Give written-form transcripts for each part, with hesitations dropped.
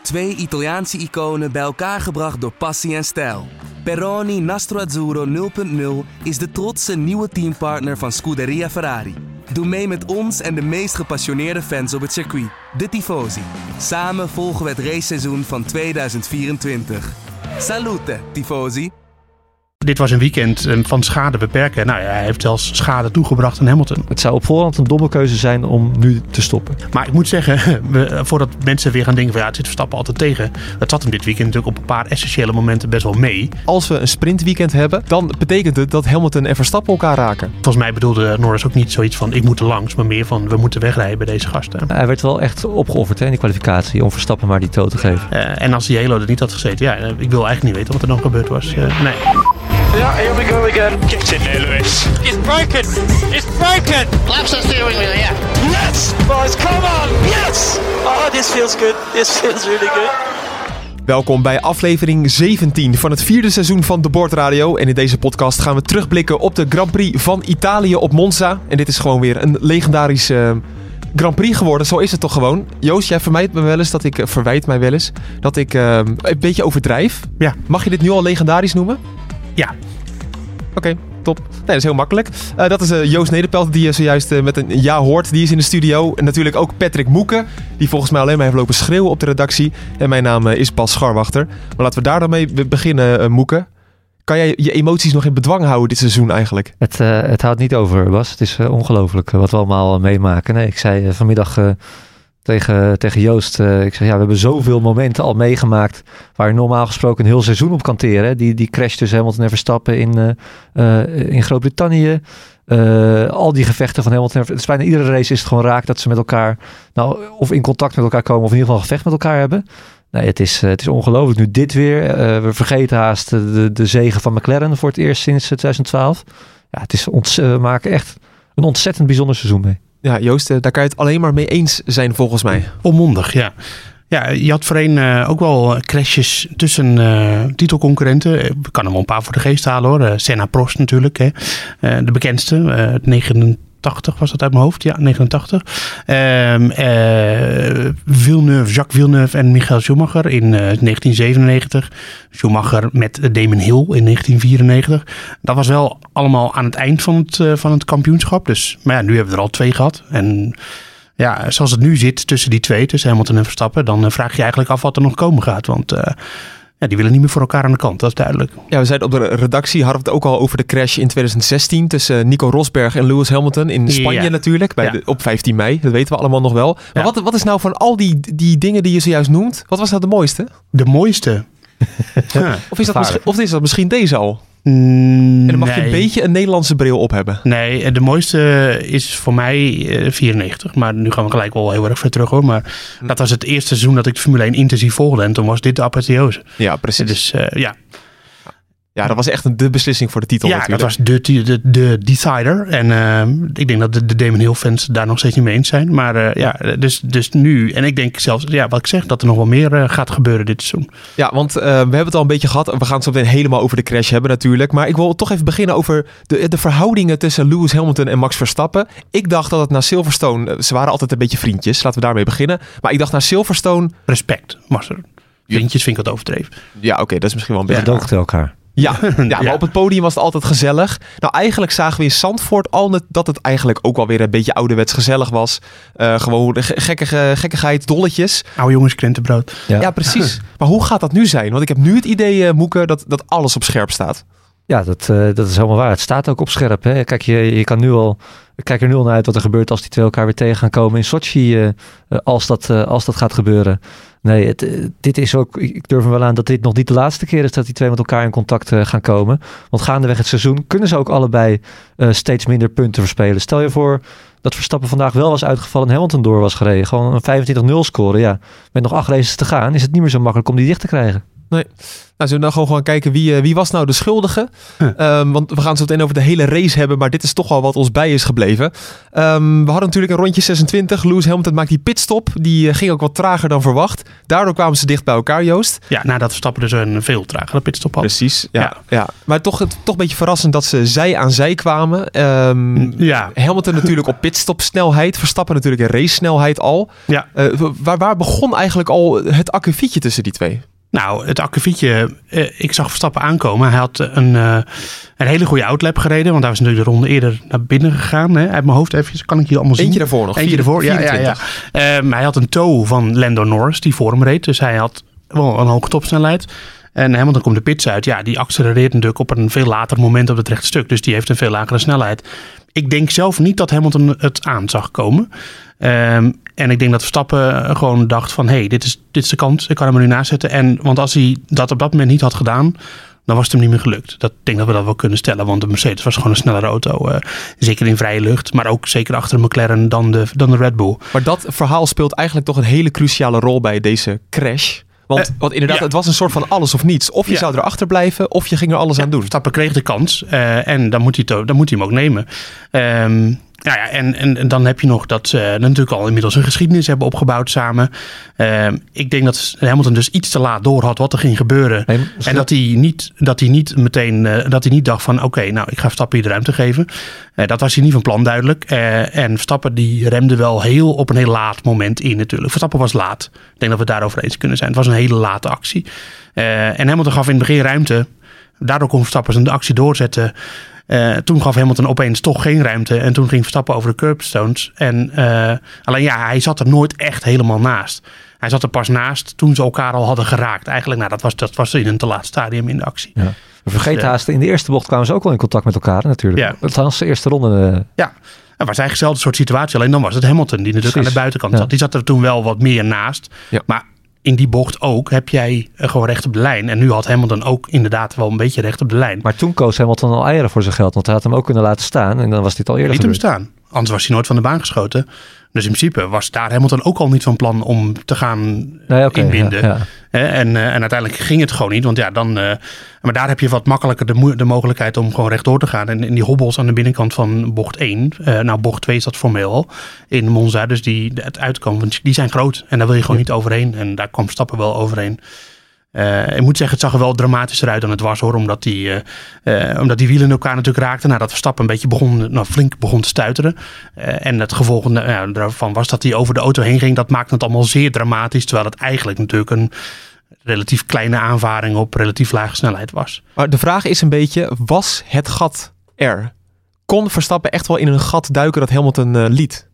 2 Italiaanse iconen bij elkaar gebracht door passie en stijl. Peroni Nastro Azzurro 0.0 is de trotse nieuwe teampartner van Scuderia Ferrari. Doe mee met ons en de meest gepassioneerde fans op het circuit, de Tifosi. Samen volgen we het raceseizoen van 2024. Salute, Tifosi! Dit was een weekend van schade beperken. Nou ja, hij heeft zelfs schade toegebracht aan Hamilton. Het zou op voorhand een domme keuze zijn om nu te stoppen. Maar ik moet zeggen, voordat mensen weer gaan denken van ja, het zit Verstappen altijd tegen. Het zat hem dit weekend natuurlijk op een paar essentiële momenten best wel mee. Als we een sprintweekend hebben, dan betekent het dat Hamilton en Verstappen elkaar raken. Volgens mij bedoelde Norris ook niet zoiets van ik moet er langs, maar meer van we moeten wegrijden bij deze gasten. Hij werd wel echt opgeofferd in die kwalificatie om Verstappen maar die toe te geven. En als die Halo er niet had gezeten, ja, ik wil eigenlijk niet weten wat er dan gebeurd was. Nee. Yeah, here we go again. Get in there, Lewis. It's broken! It's broken! Laps the steering wheel, yeah. Yes! Boys, come on! Yes! Oh, this feels good. This feels really good. Welkom bij aflevering 17 van het 4e seizoen van De Bord Radio. En in deze podcast gaan we terugblikken op de Grand Prix van Italië op Monza. En dit is gewoon weer een legendarische Grand Prix geworden. Zo is het toch gewoon. Joost, jij verwijt mij wel eens dat ik een beetje overdrijf. Ja. Mag je dit nu al legendarisch noemen? Ja. Oké, top. Nee, dat is heel makkelijk. Dat is Joost Nederpelt, die je zojuist met een ja hoort. Die is in de studio. En natuurlijk ook Patrick Moeke, die volgens mij alleen maar heeft lopen schreeuwen op de redactie. En mijn naam is Bas Scharwachter. Maar laten we daar dan mee beginnen, Moeke. Kan jij je emoties nog in bedwang houden dit seizoen eigenlijk? Het houdt niet over, Bas. Het is ongelooflijk wat we allemaal meemaken. Nee, ik zei vanmiddag tegen Joost, ik zeg ja, we hebben zoveel momenten al meegemaakt waar je normaal gesproken een heel seizoen op kan teren. Die crash tussen Hamilton en Verstappen in Groot-Brittannië. Al die gevechten van Hamilton. Het is bijna iedere race is het gewoon raak dat ze met elkaar, nou, of in contact met elkaar komen of in ieder geval een gevecht met elkaar hebben. Nee, het is ongelooflijk. Nu dit weer. We vergeten haast de zege van McLaren voor het eerst sinds 2012. Ja, we maken echt een ontzettend bijzonder seizoen mee. Ja, Joost, daar kan je het alleen maar mee eens zijn volgens mij. Onmondig, ja. Ja, je had voorheen ook wel crashes tussen titelconcurrenten. Ik kan er wel een paar voor de geest halen hoor. Senna Prost natuurlijk, hè. De bekendste, het 89 was dat uit mijn hoofd. Ja, 89. Jacques Villeneuve en Michael Schumacher in 1997. Schumacher met Damon Hill in 1994. Dat was wel allemaal aan het eind van het kampioenschap. Dus, maar ja, nu hebben we er al 2 gehad. En ja, zoals het nu zit tussen die 2, tussen Hamilton en Verstappen, dan vraag je eigenlijk af wat er nog komen gaat. Want die willen niet meer voor elkaar aan de kant, dat is duidelijk. Ja, we zeiden op de redactie, hadden we het ook al over de crash in 2016 tussen Nico Rosberg en Lewis Hamilton in Spanje natuurlijk, op 15 mei. Dat weten we allemaal nog wel. Maar wat is nou van al die dingen die je zojuist noemt, wat was nou de mooiste? De mooiste? Ja. Of is dat misschien deze al? En dan mag je een beetje een Nederlandse bril op hebben. Nee, de mooiste is voor mij 94. Maar nu gaan we gelijk wel heel erg ver terug hoor. Maar dat was het eerste seizoen dat ik de Formule 1 intensief volgde. En toen was dit de apotheose. Ja, precies. Dus ja. Ja, dat was echt de beslissing voor de titel natuurlijk. Ja, dat was de decider. En ik denk dat de Damon Hill fans daar nog steeds niet mee eens zijn. Maar dus nu. En ik denk zelfs, ja, wat ik zeg, dat er nog wel meer gaat gebeuren dit seizoen. Ja, want we hebben het al een beetje gehad. We gaan het zo meteen helemaal over de crash hebben natuurlijk. Maar ik wil toch even beginnen over de verhoudingen tussen Lewis Hamilton en Max Verstappen. Ik dacht dat het na Silverstone, ze waren altijd een beetje vriendjes. Laten we daarmee beginnen. Maar ik dacht na Silverstone... Respect, Master. Vriendjes vind ik wat overdreven. Ja, oké, dat is misschien wel een beetje... Gedoogden elkaar. Ja, maar op het podium was het altijd gezellig. Nou, eigenlijk zagen we in Zandvoort al dat het eigenlijk ook wel weer een beetje ouderwets gezellig was. Gewoon gekkigheid, dolletjes. Oude jongens krentenbrood. Ja, precies. Maar hoe gaat dat nu zijn? Want ik heb nu het idee, Moeke, dat alles op scherp staat. Ja, dat is helemaal waar. Het staat ook op scherp. Hè? Kijk, je kan nu al... Ik kijk er nu al naar uit wat er gebeurt als die 2 elkaar weer tegen gaan komen in Sochi. Als dat gaat gebeuren. Nee, dit is ook... Ik durf me wel aan dat dit nog niet de laatste keer is dat die 2 met elkaar in contact gaan komen. Want gaandeweg het seizoen kunnen ze ook allebei steeds minder punten verspelen. Stel je voor dat Verstappen vandaag wel was uitgevallen en Hamilton door was gereden. Gewoon een 25-0 scoren. Ja, met nog 8 races te gaan is het niet meer zo makkelijk om die dicht te krijgen. Nee. Nou, zullen we nou gewoon kijken wie was nou de schuldige? Want we gaan zo meteen over de hele race hebben, maar dit is toch wel wat ons bij is gebleven. We hadden natuurlijk een rondje 26. Lewis Hamilton maakt die pitstop. Die ging ook wat trager dan verwacht. Daardoor kwamen ze dicht bij elkaar, Joost. Ja, nadat Verstappen dus een veel tragere pitstop had. Precies, ja. Maar toch een beetje verrassend dat ze zij aan zij kwamen. Hamilton natuurlijk op pitstopsnelheid. Verstappen natuurlijk in racesnelheid al. Ja. Waar begon eigenlijk al het akkefietje tussen die twee? Nou, het akkefietje, ik zag Verstappen aankomen. Hij had een hele goede outlap gereden. Want hij was natuurlijk de ronde eerder naar binnen gegaan. Hè. Uit mijn hoofd even, kan ik hier allemaal zien. Eentje daarvoor nog. Eentje daarvoor, ja. Hij had een toe van Lando Norris die voor hem reed. Dus hij had wel een hoge topsnelheid. En Hamilton komt de pits uit. Ja, die accelereert natuurlijk op een veel later moment op het rechte stuk. Dus die heeft een veel lagere snelheid. Ik denk zelf niet dat Hamilton het aan zag komen. En ik denk dat Verstappen gewoon dacht van... dit is de kans, ik kan hem er nu naast zetten. Want als hij dat op dat moment niet had gedaan... dan was het hem niet meer gelukt. Ik denk dat we dat wel kunnen stellen. Want de Mercedes was gewoon een snellere auto. Zeker in vrije lucht. Maar ook zeker achter de McLaren dan de Red Bull. Maar dat verhaal speelt eigenlijk toch een hele cruciale rol bij deze crash... Want inderdaad, het was een soort van alles of niets. Of je zou erachter blijven, of je ging er alles aan doen. Verstappen kreeg de kans en dan moet hij hem ook nemen. En dan heb je nog dat ze natuurlijk al inmiddels een geschiedenis hebben opgebouwd samen. Ik denk dat Hamilton dus iets te laat door had wat er ging gebeuren. En dat hij niet dacht van oké, nou ik ga Verstappen hier de ruimte geven. Dat was hij niet van plan duidelijk. En Verstappen die remde wel op een heel laat moment in natuurlijk. Verstappen was laat. Ik denk dat we het daarover eens kunnen zijn. Het was een hele late actie. En Hamilton gaf in het begin ruimte. Daardoor kon Verstappen zijn actie doorzetten. Toen gaf Hamilton opeens toch geen ruimte. En toen ging Verstappen over de curbstones. Alleen hij zat er nooit echt helemaal naast. Hij zat er pas naast toen ze elkaar al hadden geraakt. Eigenlijk, dat was in een te laat stadium in de actie. Ja. We vergeten haast, in de eerste bocht kwamen ze ook wel in contact met elkaar natuurlijk. Ja. Dat was de eerste ronde. Ja, het was eigenlijk dezelfde soort situatie. Alleen dan was het Hamilton die natuurlijk aan de buitenkant zat. Die zat er toen wel wat meer naast. Ja. Maar in die bocht ook heb jij gewoon recht op de lijn. En nu had Hamilton ook inderdaad wel een beetje recht op de lijn. Maar toen koos Hamilton al eieren voor zijn geld. Want hij had hem ook kunnen laten staan. En dan was dit al eerder gebeurd. Liet hem staan. Anders was hij nooit van de baan geschoten. Dus in principe was daar Hamilton ook al niet van plan om te gaan inbinden. Ja. En uiteindelijk ging het gewoon niet. Want maar daar heb je wat makkelijker de mogelijkheid om gewoon rechtdoor te gaan. En die hobbels aan de binnenkant van bocht 1. Bocht 2 is dat formeel al in Monza. Dus het uitkomen, die zijn groot. En daar wil je gewoon niet overheen. En daar kwam Verstappen wel overheen. Ik moet zeggen, het zag er wel dramatischer uit dan het was hoor. Omdat die wielen elkaar natuurlijk raakten. Nadat Verstappen een beetje flink begon te stuiteren. En het gevolg daarvan was dat hij over de auto heen ging. Dat maakte het allemaal zeer dramatisch. Terwijl het eigenlijk natuurlijk een relatief kleine aanvaring op relatief lage snelheid was. Maar de vraag is een beetje, was het gat er? Kon Verstappen echt wel in een gat duiken dat Hamilton liet?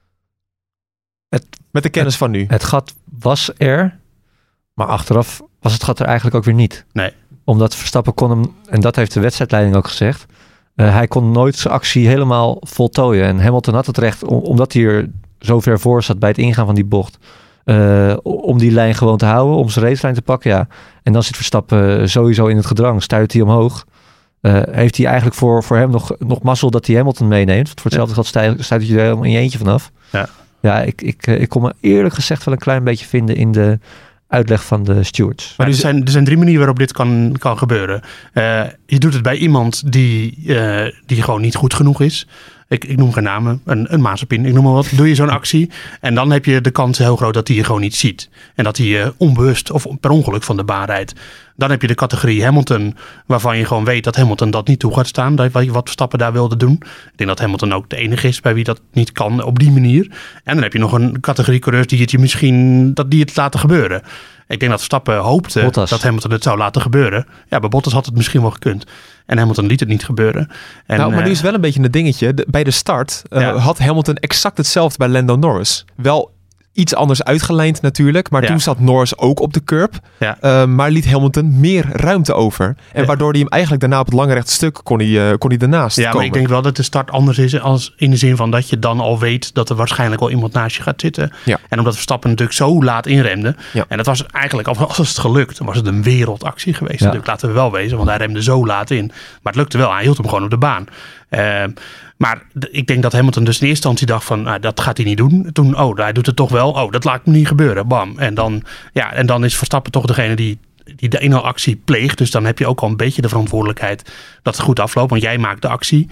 Met de kennis van nu. Het gat was er, maar achteraf was het gat er eigenlijk ook weer niet. Nee. Omdat Verstappen kon hem, en dat heeft de wedstrijdleiding ook gezegd, hij kon nooit zijn actie helemaal voltooien. En Hamilton had het recht, omdat hij er zo ver voor zat bij het ingaan van die bocht, om die lijn gewoon te houden, om zijn racelijn te pakken. Ja. En dan zit Verstappen sowieso in het gedrang, stuit hij omhoog. Heeft hij eigenlijk voor hem nog mazzel dat hij Hamilton meeneemt. Voor hetzelfde geld stuit hij er helemaal in je eentje vanaf. Ja, ik kon me eerlijk gezegd wel een klein beetje vinden in de uitleg van de stewards. Maar er zijn 3 manieren waarop dit kan gebeuren. Je doet het bij iemand die gewoon niet goed genoeg is. Ik noem geen namen, een Mazepin, ik noem maar wat. Doe je zo'n actie en dan heb je de kans heel groot dat hij je gewoon niet ziet. En dat hij je onbewust of per ongeluk van de baan rijdt. Dan heb je de categorie Hamilton, waarvan je gewoon weet dat Hamilton dat niet toe gaat staan. Wat Verstappen daar wilde doen. Ik denk dat Hamilton ook de enige is bij wie dat niet kan op die manier. En dan heb je nog een categorie coureurs die het laten gebeuren. Ik denk dat Verstappen hoopte dat Hamilton het zou laten gebeuren. Ja, bij Bottas had het misschien wel gekund. En Hamilton liet het niet gebeuren. Maar nu is wel een beetje een dingetje. Bij de start had Hamilton exact hetzelfde bij Lando Norris. Wel iets anders uitgelijnd natuurlijk. Maar toen zat Norris ook op de curb. Ja. Maar liet Hamilton meer ruimte over. En waardoor hij hem eigenlijk daarna op het lange rechte stuk kon hij daarnaast komen. Maar ik denk wel dat de start anders is. Als in de zin van dat je dan al weet dat er waarschijnlijk wel iemand naast je gaat zitten. Ja. En omdat Verstappen natuurlijk zo laat inremde. Ja. En dat was eigenlijk, als het gelukt, was het een wereldactie geweest. Ja. Natuurlijk, laten we wel wezen. Want hij remde zo laat in. Maar het lukte wel. Hij hield hem gewoon op de baan. Maar ik denk dat Hamilton dus in eerste instantie dacht van, dat gaat hij niet doen. Toen, hij doet het toch wel. Dat laat me niet gebeuren. Bam. En dan is Verstappen toch degene die die de 1-0 actie pleegt. Dus dan heb je ook al een beetje de verantwoordelijkheid dat het goed afloopt. Want jij maakt de actie.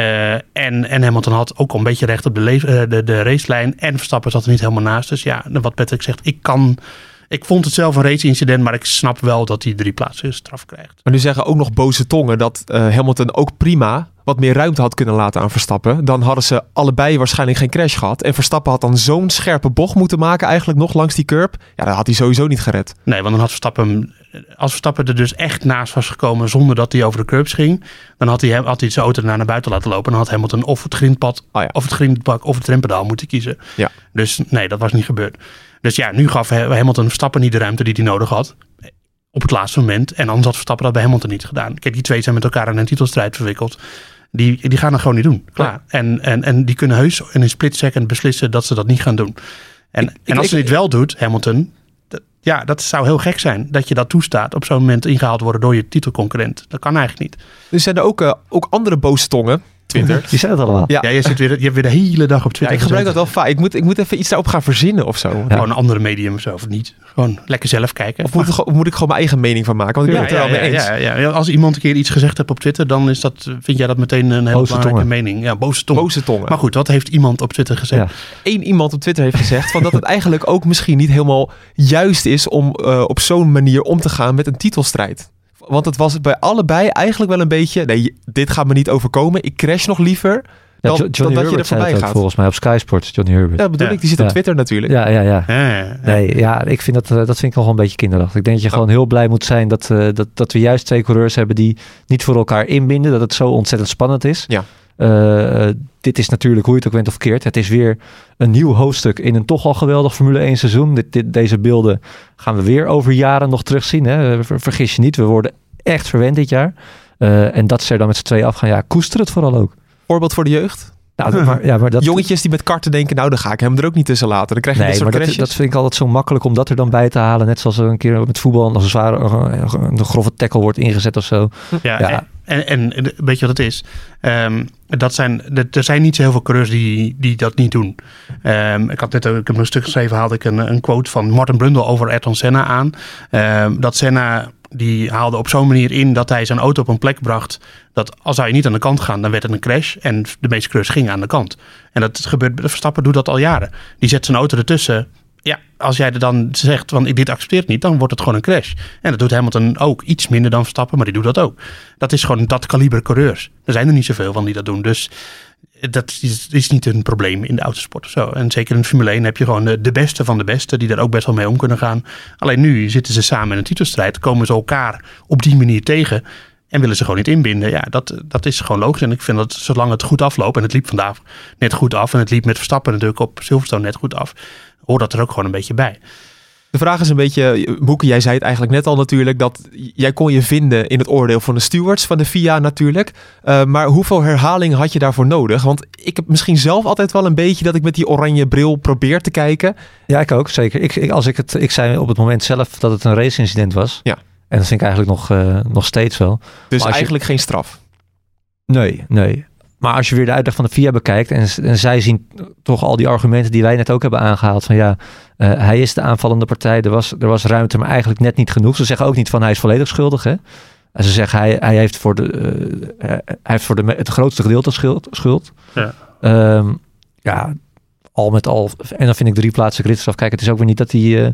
En Hamilton had ook al een beetje recht op de racelijn. En Verstappen zat er niet helemaal naast. Dus ja, wat Patrick zegt, ik vond het zelf een race-incident, maar ik snap wel dat hij 3 plaatsen straf krijgt. Maar nu zeggen ook nog boze tongen dat Hamilton ook prima wat meer ruimte had kunnen laten aan Verstappen. Dan hadden ze allebei waarschijnlijk geen crash gehad. En Verstappen had dan zo'n scherpe bocht moeten maken eigenlijk nog langs die curb. Ja, dat had hij sowieso niet gered. Nee, want dan had Verstappen, als Verstappen er dus echt naast was gekomen zonder dat hij over de curbs ging, dan had hij zijn auto naar buiten laten lopen. En dan had Hamilton of het grindpad, of het grindbak of het rempedaal moeten kiezen. Ja. Dus nee, dat was niet gebeurd. Dus ja, nu gaf Hamilton Verstappen niet de ruimte die hij nodig had. Op het laatste moment. En anders had Verstappen dat bij Hamilton niet gedaan. Kijk, die twee zijn met elkaar in een titelstrijd verwikkeld. Die gaan dat gewoon niet doen. Klaar. Ja. En die kunnen heus in een split second beslissen dat ze dat niet gaan doen. En als ze dit wel doet, Hamilton, dat zou heel gek zijn. Dat je dat toestaat op zo'n moment ingehaald worden door je titelconcurrent. Dat kan eigenlijk niet. Er zijn er ook andere boze tongen. Twitter. Die zijn het allemaal. Ja, je hebt weer de hele dag op Twitter. Ja, ik gebruik dat wel vaak. Ik moet even iets daarop gaan verzinnen of zo. Ja. Gewoon een andere medium of zo, of niet. Gewoon lekker zelf kijken. Of moet ik gewoon mijn eigen mening van maken? Want ik ben het er wel mee eens. Ja. Als iemand een keer iets gezegd hebt op Twitter, dan vind jij dat meteen een hele belangrijke mening. Ja, boze tongen. Maar goed, wat heeft iemand op Twitter gezegd? Ja. Eén iemand op Twitter heeft gezegd van dat het eigenlijk ook misschien niet helemaal juist is om op zo'n manier om te gaan met een titelstrijd. Want het was bij allebei eigenlijk wel een beetje, nee, dit gaat me niet overkomen. Ik crash nog liever dan dat je er voorbij gaat. Volgens mij op Sky Sports, Johnny Herbert. Ja, bedoel ik. Die zit op Twitter natuurlijk. Ja. Nee, ik vind dat vind ik nog wel een beetje kinderachtig. Ik denk dat je gewoon heel blij moet zijn dat we juist 2 coureurs hebben die niet voor elkaar inbinden. Dat het zo ontzettend spannend is. Ja. Dit is natuurlijk, hoe je het ook bent of keert, het is weer een nieuw hoofdstuk in een toch al geweldig Formule 1 seizoen. Deze beelden gaan we weer over jaren nog terugzien. Hè? Vergis je niet, we worden echt verwend dit jaar. En dat ze er dan met z'n tweeën afgaan, ja, koester het vooral ook. Voorbeeld voor de jeugd? Nou, maar dat... Jongetjes die met karten denken, nou dan ga ik hem er ook niet tussen laten. Dan krijg je dit soort crashes. Dat vind ik altijd zo makkelijk om dat er dan bij te halen. Net zoals er een keer met voetbal als een grove tackle wordt ingezet of zo. Ja. En weet je wat het is? Er zijn niet zo heel veel coureurs die dat niet doen. Ik heb nog een stuk geschreven, haalde ik een quote van Martin Brundle over Ayrton Senna aan. Dat Senna, die haalde op zo'n manier in dat hij zijn auto op een plek bracht dat als hij niet aan de kant gaan, dan werd het een crash en de meeste coureurs gingen aan de kant. En dat gebeurt, Verstappen doet dat al jaren. Die zet zijn auto ertussen. Ja, als jij er dan zegt van dit accepteert niet, dan wordt het gewoon een crash. En dat doet Hamilton ook iets minder dan Verstappen, maar die doet dat ook. Dat is gewoon dat kaliber coureurs. Er zijn er niet zoveel van die dat doen. Dus dat is niet een probleem in de autosport of zo. En zeker in de Formule 1 heb je gewoon de beste van de beste die daar ook best wel mee om kunnen gaan. Alleen nu zitten ze samen in een titelstrijd, komen ze elkaar op die manier tegen en willen ze gewoon niet inbinden. Ja, dat is gewoon logisch. En ik vind dat zolang het goed afloopt, en het liep vandaag net goed af en het liep met Verstappen natuurlijk op Silverstone net goed af, hoort dat er ook gewoon een beetje bij. De vraag is een beetje, Boeke, jij zei het eigenlijk net al natuurlijk, dat jij kon je vinden in het oordeel van de stewards van de FIA natuurlijk. Maar hoeveel herhaling had je daarvoor nodig? Want ik heb misschien zelf altijd wel een beetje dat ik met die oranje bril probeer te kijken. Ja, ik ook, zeker. Ik zei op het moment zelf dat het een race-incident was. Ja. En dat vind ik eigenlijk nog steeds wel. Dus eigenlijk geen straf? Nee. Maar als je weer de uitleg van de FIA bekijkt en zij zien toch al die argumenten die wij net ook hebben aangehaald van hij is de aanvallende partij, er was ruimte, maar eigenlijk net niet genoeg. Ze zeggen ook niet van hij is volledig schuldig. Hè? En ze zeggen hij heeft voor het grootste gedeelte schuld. Ja. Al met al. En dan vind ik 3 plaatsen gridstraf. Kijk, het is ook weer niet dat hij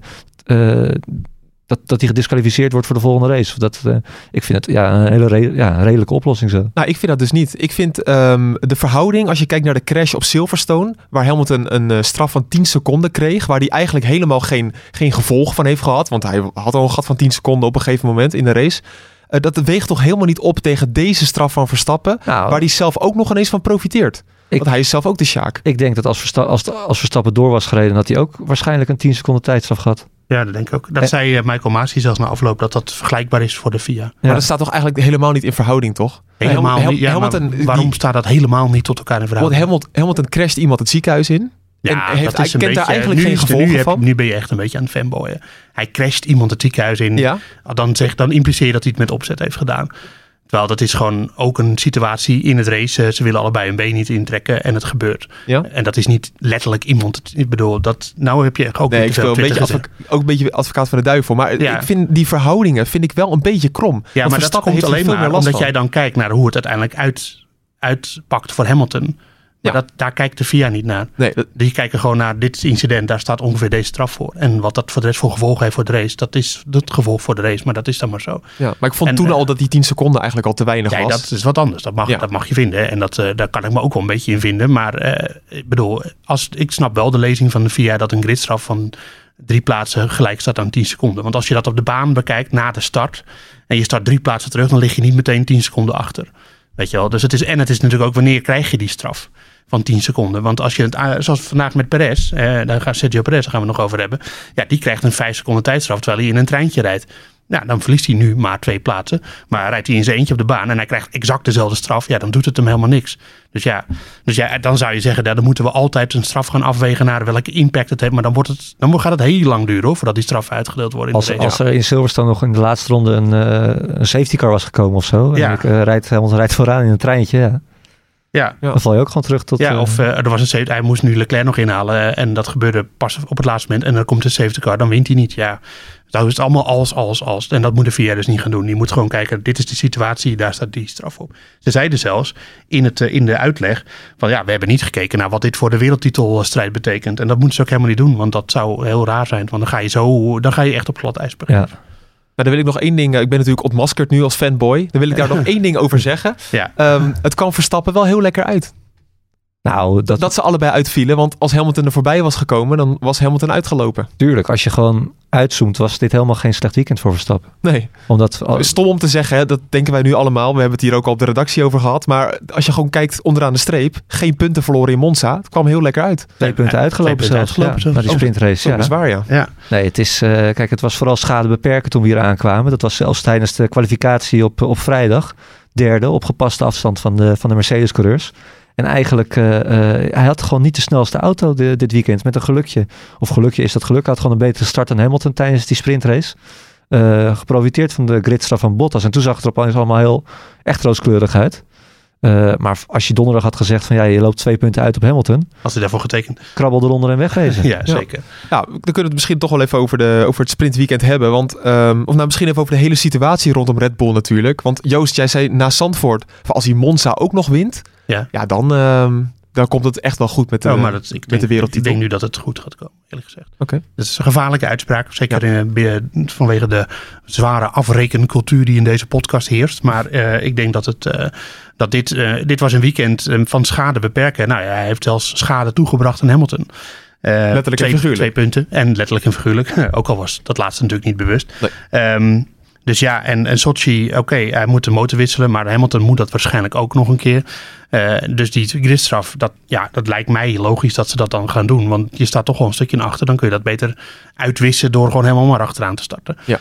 dat hij gedisqualificeerd wordt voor de volgende race. Ik vind het een hele redelijke oplossing zo. Nou, ik vind dat dus niet. Ik vind de verhouding, als je kijkt naar de crash op Silverstone, waar Hamilton een straf van 10 seconden kreeg, waar hij eigenlijk helemaal geen gevolg van heeft gehad, want hij had al een gat van 10 seconden op een gegeven moment in de race. Dat weegt toch helemaal niet op tegen deze straf van Verstappen, waar hij zelf ook nog ineens van profiteert. Want hij is zelf ook de sjaak. Ik denk dat als Verstappen door was gereden, dat hij ook waarschijnlijk een 10 seconden tijdstraf gehad. Ja, dat denk ik ook. Dat zei Michael Masi zelfs na afloop dat vergelijkbaar is voor de FIA. Ja. Maar dat staat toch eigenlijk helemaal niet in verhouding, toch? Helemaal niet. Ja, waarom staat dat helemaal niet tot elkaar in verhouding? Want Hamilton crasht iemand het ziekenhuis in. Ja, en hij kent daar eigenlijk geen gevolgen van. Nu ben je echt een beetje aan het fanboyen. Hij crasht iemand het ziekenhuis in. Ja? Dan impliceer je dat hij het met opzet heeft gedaan. Terwijl dat is gewoon ook een situatie in het race. Ze willen allebei een been niet intrekken en het gebeurt. Ja? En dat is niet letterlijk iemand. Ik bedoel, nou heb je ook ik speel ook een beetje advocaat van de duivel. Maar ik vind die verhoudingen wel een beetje krom. Ja, maar dat komt alleen maar omdat jij dan kijkt naar hoe het uiteindelijk uitpakt voor Hamilton. Maar daar kijkt de FIA niet naar. Nee, die kijken gewoon naar dit incident. Daar staat ongeveer deze straf voor. En wat dat voor de rest voor gevolgen heeft voor de race. Dat is het gevolg voor de race. Maar dat is dan maar zo. Ja, maar ik vond toen al dat die 10 seconden eigenlijk al te weinig was. Ja, dat is wat anders. Dat mag je vinden. En daar kan ik me ook wel een beetje in vinden. Maar ik bedoel, ik snap wel de lezing van de FIA dat een gridstraf van 3 plaatsen gelijk staat aan 10 seconden. Want als je dat op de baan bekijkt na de start. En je start 3 plaatsen terug. Dan lig je niet meteen 10 seconden achter. Weet je wel. Dus het is natuurlijk ook wanneer krijg je die straf van 10 seconden. Want als je het, zoals vandaag met Perez, daar gaat Sergio Perez, daar gaan we het nog over hebben. Ja, die krijgt een 5 seconden tijdstraf terwijl hij in een treintje rijdt. Nou, dan verliest hij nu maar 2 plaatsen. Maar rijdt hij in zijn eentje op de baan en hij krijgt exact dezelfde straf. Ja, dan doet het hem helemaal niks. Dus ja, dan zou je zeggen, dan moeten we altijd een straf gaan afwegen naar welke impact het heeft. Maar dan gaat het heel lang duren voordat die straf uitgedeeld wordt. Als er in Silverstone nog in de laatste ronde een safety car was gekomen of zo. En rijdt vooraan in een treintje, ja. Ja. Dan val je ook gewoon terug tot... Ja, of er was hij moest nu Leclerc nog inhalen en dat gebeurde pas op het laatste moment en dan komt de safety car, dan wint hij niet. Ja, dan is het allemaal als. En dat moet de VIA dus niet gaan doen. Die moet gewoon kijken, dit is de situatie, daar staat die straf op. Ze zeiden zelfs in de uitleg van we hebben niet gekeken naar wat dit voor de wereldtitelstrijd betekent. En dat moeten ze ook helemaal niet doen, want dat zou heel raar zijn. Want dan ga je echt op glad ijs beginnen. Ja. Nou, dan wil ik nog één ding. Ik ben natuurlijk ontmaskerd nu als fanboy. Dan wil ik daar nog één ding over zeggen. Ja. Het kwam Verstappen wel heel lekker uit. Nou, dat ze allebei uitvielen. Want als Hamilton er voorbij was gekomen, dan was Hamilton uitgelopen. Tuurlijk, als je gewoon uitzoomt, was dit helemaal geen slecht weekend voor Verstappen. Nee. Stom om te zeggen, hè, dat denken wij nu allemaal. We hebben het hier ook al op de redactie over gehad. Maar als je gewoon kijkt onderaan de streep, geen punten verloren in Monza. Het kwam heel lekker uit. 2 punten uitgelopen zelfs. Naar die sprintrace. Dat is waar, ja. Nee, het is, kijk, het was vooral schade beperken toen we hier aankwamen. Dat was zelfs tijdens de kwalificatie op vrijdag. 3e, op gepaste afstand van de Mercedes-coureurs. En eigenlijk, hij had gewoon niet de snelste auto dit weekend. Met een gelukje. Of gelukje is dat geluk. Hij had gewoon een betere start dan Hamilton tijdens die sprintrace. Geprofiteerd van de gridstraf van Bottas. En toen zag het er opeens allemaal heel echt rooskleurig uit. Maar als je donderdag had gezegd van je loopt 2 punten uit op Hamilton. Had hij daarvoor getekend? Krabbel eronder en wegwezen. Ja, zeker. Ja, dan kunnen we het misschien toch wel even over het sprintweekend hebben. Want, misschien even over de hele situatie rondom Red Bull natuurlijk. Want Joost, jij zei na Zandvoort, als hij Monza ook nog wint. Ja, dan komt het echt wel goed met de wereldtitel. Ik denk nu dat het goed gaat komen, eerlijk gezegd. Okay. Dat is een gevaarlijke uitspraak. Zeker vanwege de zware afrekencultuur die in deze podcast heerst. Maar ik denk dat dit was een weekend van schade beperken. Nou ja, hij heeft zelfs schade toegebracht aan Hamilton. Letterlijk en figuurlijk. 2 punten. En letterlijk en figuurlijk. Ook al was dat laatste natuurlijk niet bewust. Nee. Dus ja, en Sochi, hij moet de motor wisselen, maar Hamilton moet dat waarschijnlijk ook nog een keer. Dus die gridstraf, dat lijkt mij logisch dat ze dat dan gaan doen. Want je staat toch wel een stukje achter, dan kun je dat beter uitwissen door gewoon helemaal maar achteraan te starten. Ja.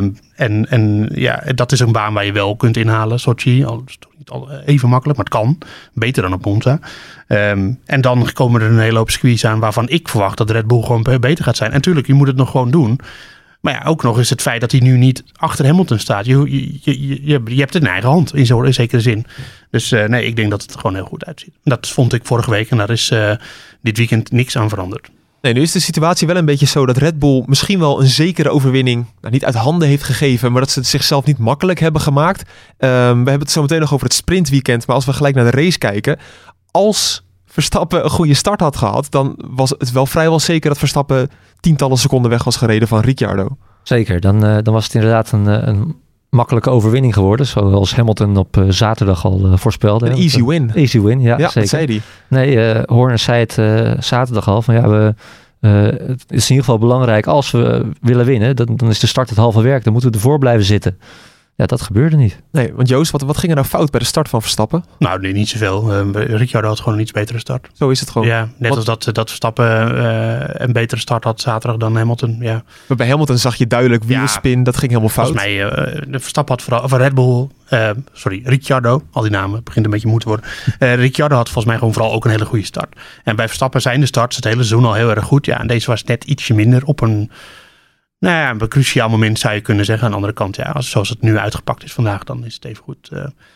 En dat is een baan waar je wel kunt inhalen, Sochi. Al is het niet even makkelijk, maar het kan. Beter dan op Monza. En dan komen er een hele hoop circuits aan waarvan ik verwacht dat Red Bull gewoon beter gaat zijn. En natuurlijk, je moet het nog gewoon doen. Maar ja, ook nog is het feit dat hij nu niet achter Hamilton staat. Je hebt het in eigen hand, in zekere zin. Dus ik denk dat het er gewoon heel goed uitziet. Dat vond ik vorige week en daar is dit weekend niks aan veranderd. Nee, nu is de situatie wel een beetje zo dat Red Bull misschien wel een zekere overwinning niet uit handen heeft gegeven, maar dat ze het zichzelf niet makkelijk hebben gemaakt. We hebben het zo meteen nog over het sprintweekend, maar als we gelijk naar de race kijken, als Verstappen een goede start had gehad, dan was het wel vrijwel zeker dat Verstappen tientallen seconden weg was gereden van Ricciardo. Zeker, dan was het inderdaad een makkelijke overwinning geworden, zoals Hamilton op zaterdag al voorspelde. Een easy win. Easy win, ja zeker. Dat zei hij. Nee, Horner zei het zaterdag al, van het is in ieder geval belangrijk als we willen winnen, dan is de start het halve werk, dan moeten we ervoor blijven zitten. Ja, dat gebeurde niet. Nee, want Joost, wat ging er nou fout bij de start van Verstappen? Nou, nee, niet zoveel. Ricciardo had gewoon een iets betere start. Zo is het gewoon. Ja, net als dat Verstappen een betere start had zaterdag dan Hamilton. Ja. Maar bij Hamilton zag je duidelijk wielspin, dat ging helemaal fout. Volgens mij, de Verstappen had vooral, of Red Bull, Ricciardo, al die namen, begint een beetje moe te worden. Ricciardo had volgens mij gewoon vooral ook een hele goede start. En bij Verstappen zijn de starts het hele seizoen al heel erg goed. Ja, en deze was net ietsje minder op een Nou ja, op een cruciaal moment zou je kunnen zeggen. Aan de andere kant, ja, zoals het nu uitgepakt is vandaag, dan is het even goed.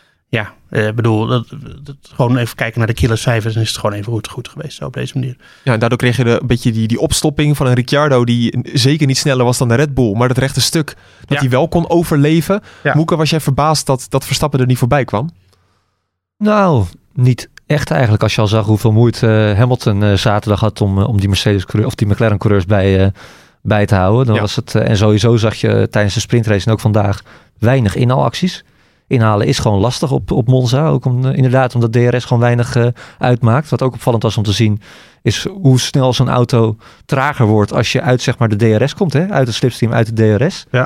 Gewoon even kijken naar de killercijfers en is het gewoon even goed geweest zo op deze manier. Ja, en daardoor kreeg je een beetje die opstopping van een Ricciardo die zeker niet sneller was dan de Red Bull. Maar dat rechte stuk dat hij wel kon overleven. Ja. Moeke, was jij verbaasd dat Verstappen er niet voorbij kwam? Nou, niet echt eigenlijk. Als je al zag hoeveel moeite Hamilton zaterdag had om die Mercedes of die McLaren coureurs bij te houden. Dan was het, en sowieso zag je tijdens de sprintrace en ook vandaag weinig inhaalacties. Inhalen is gewoon lastig op Monza. Ook inderdaad omdat DRS gewoon weinig uitmaakt. Wat ook opvallend was om te zien is hoe snel zo'n auto trager wordt als je uit zeg maar de DRS komt. Hè? Uit de slipstream, uit de DRS. Ja.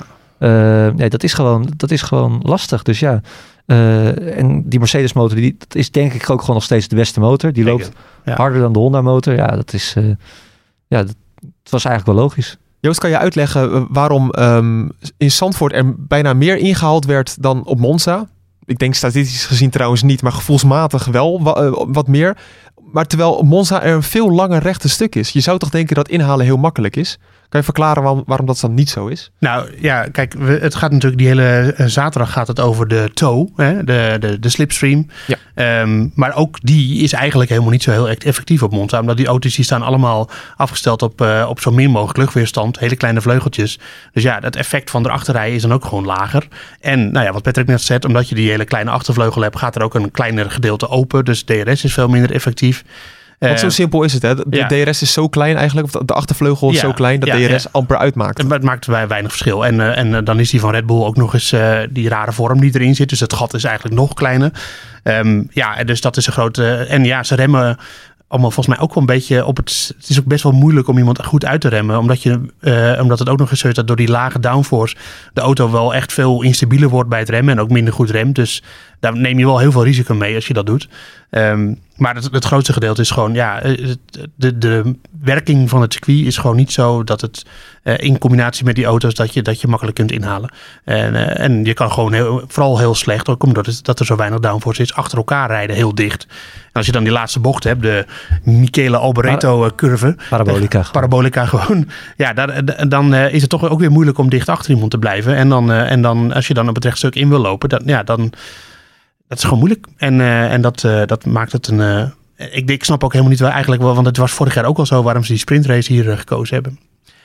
Dat is gewoon lastig. Dus ja. En die Mercedes motor, dat is denk ik ook gewoon nog steeds de beste motor. Die loopt harder dan de Honda motor. Ja, dat is... dat was eigenlijk wel logisch. Joost, kan je uitleggen waarom in Zandvoort er bijna meer ingehaald werd dan op Monza? Ik denk statistisch gezien trouwens niet, maar gevoelsmatig wel wat meer. Maar terwijl op Monza er een veel langer rechte stuk is. Je zou toch denken dat inhalen heel makkelijk is? Kan je verklaren waarom dat dan niet zo is? Nou ja, kijk, het gaat natuurlijk die hele zaterdag gaat het over de tow, hè, de slipstream. Ja. Maar ook die is eigenlijk helemaal niet zo heel effectief op Monza. Omdat die auto's die staan allemaal afgesteld op zo min mogelijk luchtweerstand. Hele kleine vleugeltjes. Dus ja, het effect van erachter rijden is dan ook gewoon lager. En nou ja, wat Patrick net zei, omdat je die hele kleine achtervleugel hebt, gaat er ook een kleiner gedeelte open. Dus DRS is veel minder effectief. Want zo simpel is het, hè? De DRS is zo klein eigenlijk, of de achtervleugel is zo klein dat DRS amper uitmaakt. Maar het maakt weinig verschil. En dan is die van Red Bull ook nog eens die rare vorm die erin zit. Dus het gat is eigenlijk nog kleiner. Dus dat is een grote... En ja, ze remmen allemaal volgens mij ook wel een beetje op het... Het is ook best wel moeilijk om iemand goed uit te remmen. Omdat het ook nog eens zo is dat door die lage downforce de auto wel echt veel instabieler wordt bij het remmen en ook minder goed remt. Dus daar neem je wel heel veel risico mee als je dat doet. Maar het grootste gedeelte is gewoon... De werking van het circuit is gewoon niet zo dat het in combinatie met die auto's dat je makkelijk kunt inhalen. En je kan gewoon vooral heel slecht, ook omdat dat er zo weinig downforce is, achter elkaar rijden heel dicht. En als je dan die laatste bocht hebt, de Michele Alboreto curve. Parabolica gewoon. Ja, dan is het toch ook weer moeilijk om dicht achter iemand te blijven. En dan als je dan op het rechtstuk in wil lopen, dan dat is gewoon moeilijk. En dat maakt het een... Ik snap ook helemaal niet wel eigenlijk wel, want het was vorig jaar ook al zo waarom ze die sprintrace hier gekozen hebben.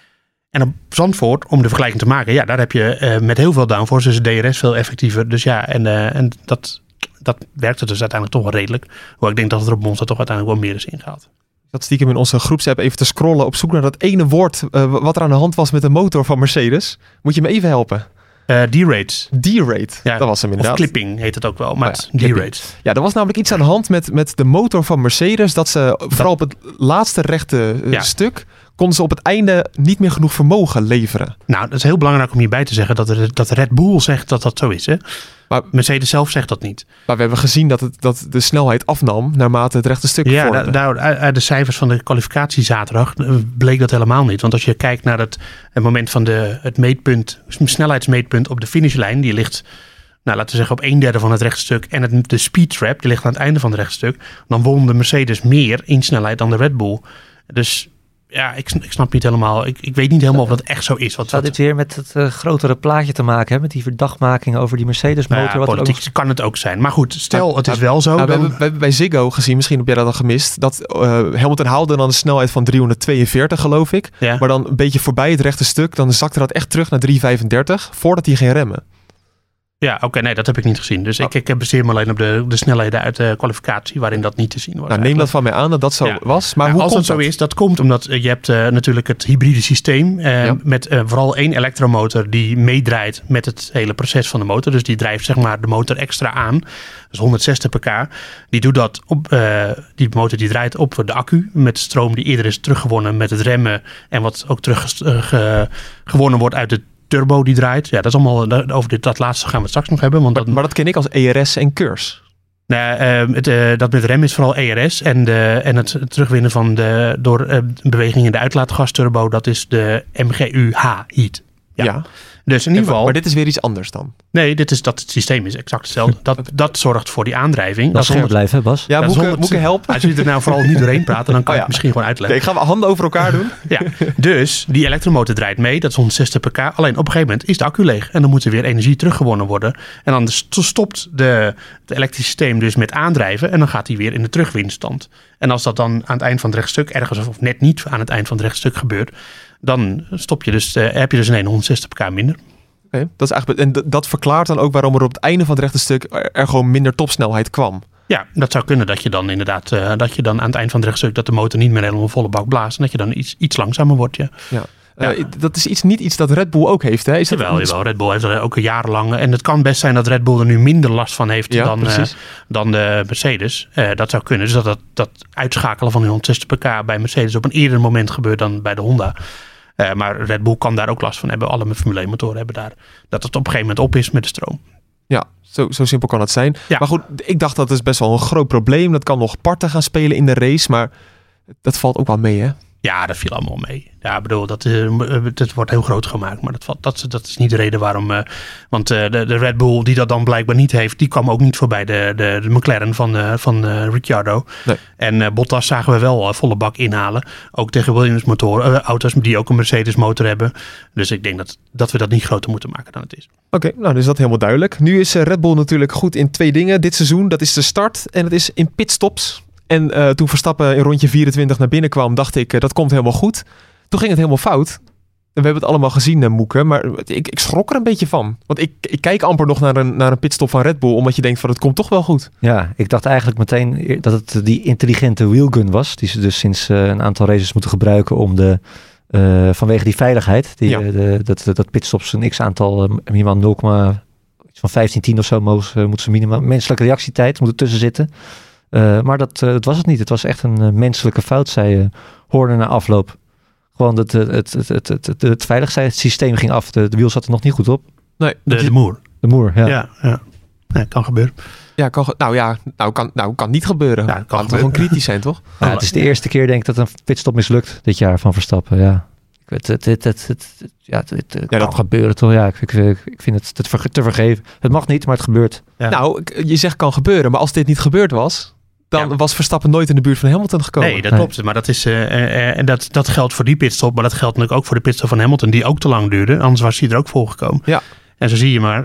En op Zandvoort, om de vergelijking te maken, daar heb je met heel veel downforce, dus DRS veel effectiever. Dus ja, en dat werkte dus uiteindelijk toch wel redelijk. Hoewel ik denk dat het er op Monza toch uiteindelijk wel meer is ingehaald. Dat stiekem in onze groepsapp even te scrollen op zoek naar dat ene woord wat er aan de hand was met de motor van Mercedes. Moet je me even helpen? D-rate. D-rate, ja, dat was hem inderdaad. Of clipping heet het ook wel, maar D-rate. Ja, er was namelijk iets aan de hand met de motor van Mercedes. Dat ze vooral op het laatste rechte stuk konden ze op het einde niet meer genoeg vermogen leveren. Nou, dat is heel belangrijk om hierbij te zeggen dat Red Bull zegt dat dat zo is. Hè? Maar Mercedes zelf zegt dat niet. Maar we hebben gezien dat de snelheid afnam naarmate het rechte stuk vorderde. Ja, uit de cijfers van de kwalificatie zaterdag bleek dat helemaal niet. Want als je kijkt naar het moment van het snelheidsmeetpunt op de finishlijn, die ligt, laten we zeggen, op 1/3 van het rechtstuk. En de speed trap, die ligt aan het einde van het rechtstuk. Dan won de Mercedes meer in snelheid dan de Red Bull. Dus ja, ik snap niet helemaal. Ik weet niet helemaal of dat echt zo is. Zou dit weer met het grotere plaatje te maken hebben? Met die verdachtmaking over die Mercedes-motor? Ja, politiek kan het ook zijn. Maar goed, stel het is wel zo. We hebben bij Ziggo gezien, misschien heb jij dat al gemist, dat Hamilton haalde dan een snelheid van 342, geloof ik. Ja. Maar dan een beetje voorbij het rechte stuk, dan zakte dat echt terug naar 335, voordat hij ging remmen. Ja, oké, nee, dat heb ik niet gezien. Dus ik baseer me alleen op de snelheden uit de kwalificatie, waarin dat niet te zien was. Nou, neem dat van mij aan dat zo was. Maar als dat zo is, dat komt omdat je hebt natuurlijk het hybride systeem met vooral één elektromotor die meedraait met het hele proces van de motor. Dus die drijft zeg maar de motor extra aan. Dus 160 pk. Die doet dat die motor die draait op de accu met stroom die eerder is teruggewonnen met het remmen en wat ook gewonnen wordt uit de turbo die draait. Ja, dat is allemaal, over dat laatste gaan we het straks nog hebben. Want maar dat ken ik als ERS en KURS. Dat met rem is vooral ERS en het terugwinnen van door beweging in de uitlaatgasturbo, dat is de MGU-H heat. Ja. Dus in ieder geval... Maar dit is weer iets anders dan? Nee, het systeem is exact hetzelfde. Dat zorgt voor die aandrijving. Dat scherp blijven, hè, Bas? Ja, moet ik helpen? Als jullie er nou vooral niet doorheen praten, dan kan ik het misschien gewoon uitleggen. Okay, gaan we handen over elkaar doen? Ja, dus die elektromotor draait mee. Dat is 160 pk. Alleen op een gegeven moment is de accu leeg. En dan moet er weer energie teruggewonnen worden. En dan stopt het elektrische systeem dus met aandrijven. En dan gaat hij weer in de terugwinstand. En als dat dan aan het eind van het rechtstuk ergens, of net niet aan het eind van het rechtstuk gebeurt, dan stop je dus, heb je dus een 160 pk minder. Okay, dat is eigenlijk, en dat verklaart dan ook waarom er op het einde van het rechte stuk er gewoon minder topsnelheid kwam. Ja, dat zou kunnen dat je dan inderdaad, dat je dan aan het eind van het rechtstuk, dat de motor niet meer helemaal volle bak blaast. En dat je dan iets langzamer wordt, ja. Dat is niet iets dat Red Bull ook heeft, hè? Jawel, Red Bull heeft er ook jarenlang. En het kan best zijn dat Red Bull er nu minder last van heeft dan de Mercedes. Dat zou kunnen. Dus dat uitschakelen van die 160 pk bij Mercedes op een eerder moment gebeurt dan bij de Honda. Maar Red Bull kan daar ook last van hebben. Alle Formule 1 motoren hebben daar. Dat het op een gegeven moment op is met de stroom. Ja, zo simpel kan het zijn. Ja. Maar goed, ik dacht dat is best wel een groot probleem. Dat kan nog parten gaan spelen in de race. Maar dat valt ook wel mee, hè? Ja, dat viel allemaal mee. Ja, ik bedoel, het wordt heel groot gemaakt. Maar dat is niet de reden waarom. Want de Red Bull die dat dan blijkbaar niet heeft, die kwam ook niet voorbij de McLaren van Ricciardo. Nee. En Bottas zagen we wel volle bak inhalen. Ook tegen Williams auto's die ook een Mercedes motor hebben. Dus ik denk dat we dat niet groter moeten maken dan het is. Oké, nou dan is dat helemaal duidelijk. Nu is Red Bull natuurlijk goed in 2 dingen dit seizoen. Dat is de start en het is in pitstops. En toen Verstappen in rondje 24 naar binnen kwam, dacht ik, dat komt helemaal goed. Toen ging het helemaal fout. En we hebben het allemaal gezien, Moeke. Maar ik schrok er een beetje van. Want ik kijk amper nog naar een pitstop van Red Bull, omdat je denkt van het komt toch wel goed. Ja, ik dacht eigenlijk meteen dat het die intelligente wheelgun was. Die ze dus sinds een aantal races moeten gebruiken om vanwege die veiligheid. Dat pitstops een x-aantal, minimaal 0,15 of zo moeten ze minimaal menselijke reactietijd moeten tussen zitten. Maar dat was het niet. Het was echt een menselijke fout, zei Horner na afloop. Gewoon het veiligheidssysteem ging af. De wiel zat er nog niet goed op. Nee, de moer. De moer, ja. Ja, kan gebeuren. Ja, kan niet gebeuren. Ja, kan toch gewoon kritisch zijn, toch? Ja, het is de eerste keer, denk ik, dat een pitstop mislukt dit jaar van Verstappen. Ja. Het kan gebeuren, toch? Ja, ik vind het te vergeven. Het mag niet, maar het gebeurt. Ja. Nou, je zegt kan gebeuren, maar als dit niet gebeurd was, dan was Verstappen nooit in de buurt van Hamilton gekomen. Nee, dat klopt. Maar dat is dat geldt voor die pitstop, maar dat geldt natuurlijk ook voor de pitstop van Hamilton, die ook te lang duurde. Anders was hij er ook voor gekomen. Ja. En zo zie je maar.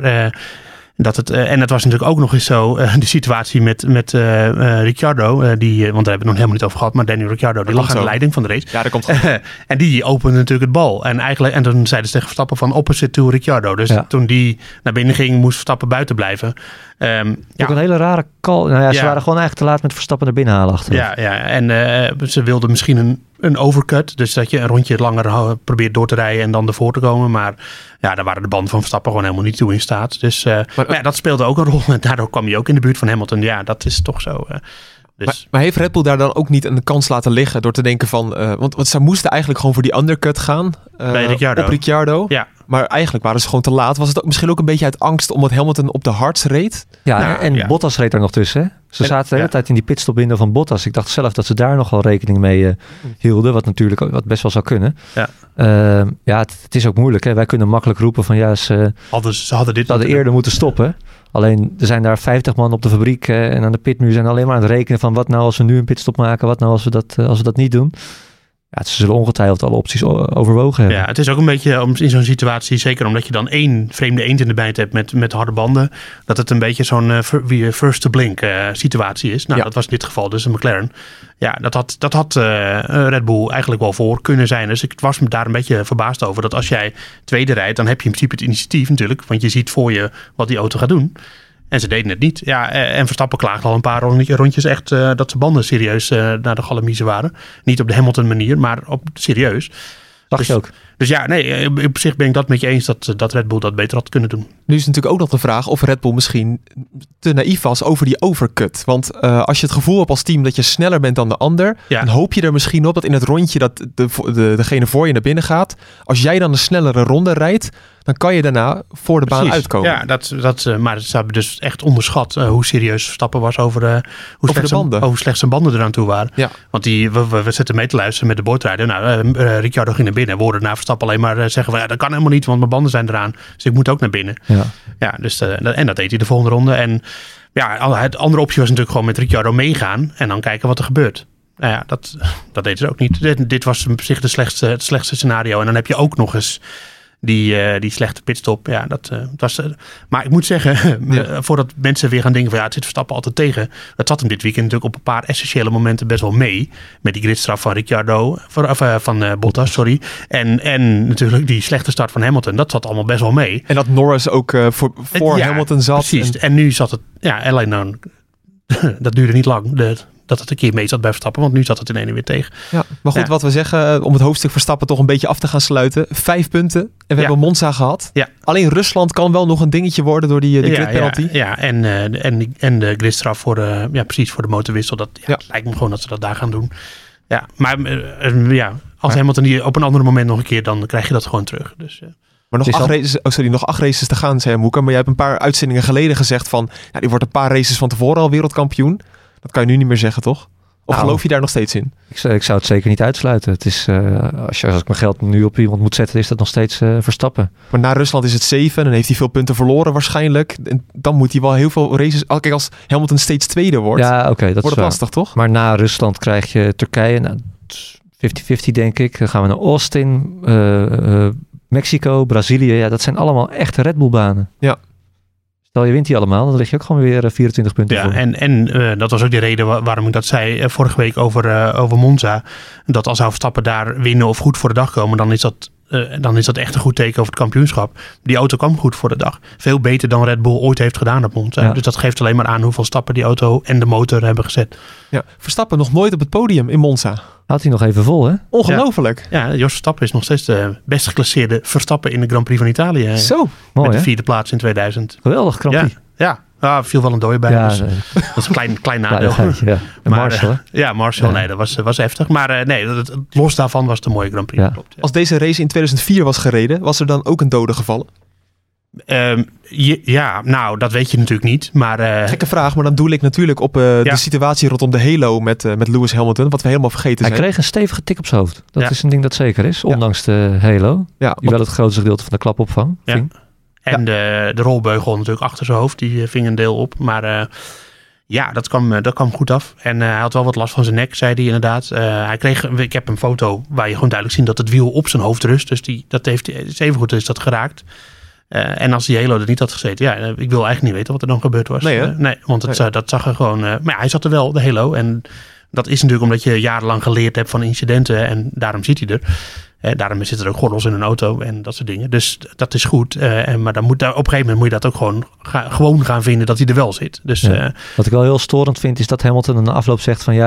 En het was natuurlijk ook nog eens zo, de situatie met Ricciardo, want daar hebben we het nog helemaal niet over gehad, maar Daniel Ricciardo, die lag aan de leiding van de race. Ja, dat komt goed. En die opende natuurlijk het bal. En toen zeiden ze tegen Verstappen van opposite to Ricciardo. Dus toen die naar binnen ging, moest Verstappen buiten blijven. Ook een hele rare call. Nou ja, ze waren gewoon eigenlijk te laat met Verstappen naar binnen halen achteraf. Ja, en ze wilden misschien een overcut. Dus dat je een rondje langer probeert door te rijden en dan ervoor te komen. Maar ja, daar waren de banden van Verstappen gewoon helemaal niet toe in staat. Dus maar dat speelde ook een rol. En daardoor kwam hij ook in de buurt van Hamilton. Ja, dat is toch zo. Dus. Maar heeft Red Bull daar dan ook niet een kans laten liggen door te denken van... want ze moesten eigenlijk gewoon voor die undercut gaan. Bij Ricciardo. Op Ricciardo. Ja. Maar eigenlijk waren ze gewoon te laat. Was het misschien ook een beetje uit angst omdat Hamilton op de hards reed? Ja, en Bottas reed er nog tussen. Hè? Ze zaten de hele tijd in die pitstopwindow van Bottas. Ik dacht zelf dat ze daar nog wel rekening mee hielden. Wat natuurlijk ook, wat best wel zou kunnen. Ja, het is ook moeilijk. Hè? Wij kunnen makkelijk roepen van ze hadden eerder moeten stoppen. Alleen er zijn daar 50 man op de fabriek en aan de pitmuur zijn alleen maar aan het rekenen van wat nou als we nu een pitstop maken, wat nou als we dat niet doen. Ja, ze zullen ongetwijfeld alle opties overwogen hebben. Ja, het is ook een beetje in zo'n situatie, zeker omdat je dan één vreemde eend in de bijt hebt met harde banden, dat het een beetje zo'n first to blink situatie is. Nou, dat was in dit geval dus een McLaren. Ja, dat had Red Bull eigenlijk wel voor kunnen zijn. Dus ik was me daar een beetje verbaasd over dat als jij tweede rijdt, dan heb je in principe het initiatief natuurlijk, want je ziet voor je wat die auto gaat doen. En ze deden het niet. Ja, en Verstappen klaagde al een paar rondjes echt dat zijn banden serieus naar de galamiezen waren. Niet op de Hamilton manier, maar serieus. Dacht je ook. Dus ja, nee, op zich ben ik dat met je eens dat Red Bull dat beter had kunnen doen. Nu is natuurlijk ook nog de vraag of Red Bull misschien te naïef was over die overcut. Want als je het gevoel hebt als team dat je sneller bent dan de ander, dan hoop je er misschien op dat in het rondje dat degene voor je naar binnen gaat. Als jij dan een snellere ronde rijdt, dan kan je daarna voor de baan uitkomen. Ja, maar ze hebben dus echt onderschat hoe serieus Verstappen was over hoe slecht zijn banden eraan toe waren. Ja. Want we zitten mee te luisteren met de boordrijder. Nou, Ricciardo ging naar binnen. We hoorden na Verstappen Verstappen alleen maar zeggen van dat kan helemaal niet, want mijn banden zijn eraan. Dus ik moet ook naar binnen. Ja, dus, en dat deed hij de volgende ronde. En het andere optie was natuurlijk gewoon met Ricciardo meegaan en dan kijken wat er gebeurt. Nou ja, dat deed ze ook niet. Dit was op zich het slechtste scenario. En dan heb je ook nog eens die slechte pitstop. Ja, dat was. Maar ik moet zeggen, voordat mensen weer gaan denken van het zit Verstappen altijd tegen. Dat zat hem dit weekend natuurlijk op een paar essentiële momenten best wel mee. Met die gridstraf van Ricciardo, van Bottas, sorry. En natuurlijk die slechte start van Hamilton. Dat zat allemaal best wel mee. En dat Norris ook voor Hamilton zat. Precies. En nu zat het, alleen dan, dat duurde niet lang. Dat het een keer mee zat bij Verstappen, want nu zat het in ene weer tegen. Ja, maar goed, wat we zeggen, om het hoofdstuk Verstappen toch een beetje af te gaan sluiten. 5 punten en we hebben Monza gehad. Ja. Alleen Rusland kan wel nog een dingetje worden door die grid penalty. Ja, en de gridstraf voor de motorwissel. Dat lijkt me gewoon dat ze dat daar gaan doen. Ja, maar als Hamilton die op een ander moment nog een keer, dan krijg je dat gewoon terug. Dus, Maar nog 8 races te gaan, zei Moeka. Maar jij hebt een paar uitzendingen geleden gezegd van, die wordt een paar races van tevoren al wereldkampioen. Dat kan je nu niet meer zeggen, toch? Of geloof je daar nog steeds in? Ik zou het zeker niet uitsluiten. Het is, als ik mijn geld nu op iemand moet zetten, is dat nog steeds Verstappen. Maar na Rusland is het 7. Dan heeft hij veel punten verloren waarschijnlijk. En dan moet hij wel heel veel races... Kijk, als Hamilton steeds tweede wordt, wordt het lastig, toch? Maar na Rusland krijg je Turkije. 50-50 denk ik. Dan gaan we naar Austin, Mexico, Brazilië. Ja, dat zijn allemaal echte Red Bull banen. Ja. Stel je wint die allemaal, dan lig je ook gewoon weer 24 punten voor. En dat was ook de reden waarom ik dat zei vorige week over Monza. Dat als Verstappen daar winnen of goed voor de dag komen, dan is dat echt een goed teken over het kampioenschap. Die auto kwam goed voor de dag. Veel beter dan Red Bull ooit heeft gedaan op Monza. Ja. Dus dat geeft alleen maar aan hoeveel stappen die auto en de motor hebben gezet. Ja, Verstappen nog nooit op het podium in Monza. Had hij nog even vol, hè? Ongelooflijk. Ja, Jos Verstappen is nog steeds de best geclasseerde Verstappen in de Grand Prix van Italië. Zo. Mooi, met de 4e plaats in 2000. Geweldig Grand Prix. Ja, viel wel een dooi bij. Ja, dus, dat is een klein nadeel. Marshall. Marshall, nee, dat was heftig. Maar los daarvan was het een mooie Grand Prix. Ja. Klopt, ja. Als deze race in 2004 was gereden, was er dan ook een dode gevallen? Dat weet je natuurlijk niet. Maar, gekke vraag, maar dan doel ik natuurlijk op de situatie rondom de Halo met Lewis Hamilton, wat we helemaal vergeten zijn. Hij kreeg een stevige tik op zijn hoofd. Dat is een ding dat zeker is, ondanks de Halo. Ja, die wel het grootste gedeelte van de klap opvang. Ja. En de rolbeugel natuurlijk achter zijn hoofd, die ving een deel op. Maar dat kwam goed af. En hij had wel wat last van zijn nek, zei hij inderdaad. Ik heb een foto waar je gewoon duidelijk ziet dat het wiel op zijn hoofd rust. Dus even goed is dat geraakt. En als die Halo er niet had gezeten, ik wil eigenlijk niet weten wat er dan gebeurd was. Nee, want dat zag er gewoon... maar hij zat er wel, de Halo. En dat is natuurlijk omdat je jarenlang geleerd hebt van incidenten. En daarom zit hij er. Daarom zitten er ook gordels in een auto en dat soort dingen. Dus dat is goed. Maar op een gegeven moment moet je dat ook gewoon gaan vinden dat hij er wel zit. Dus, wat ik wel heel storend vind, is dat Hamilton na afloop zegt van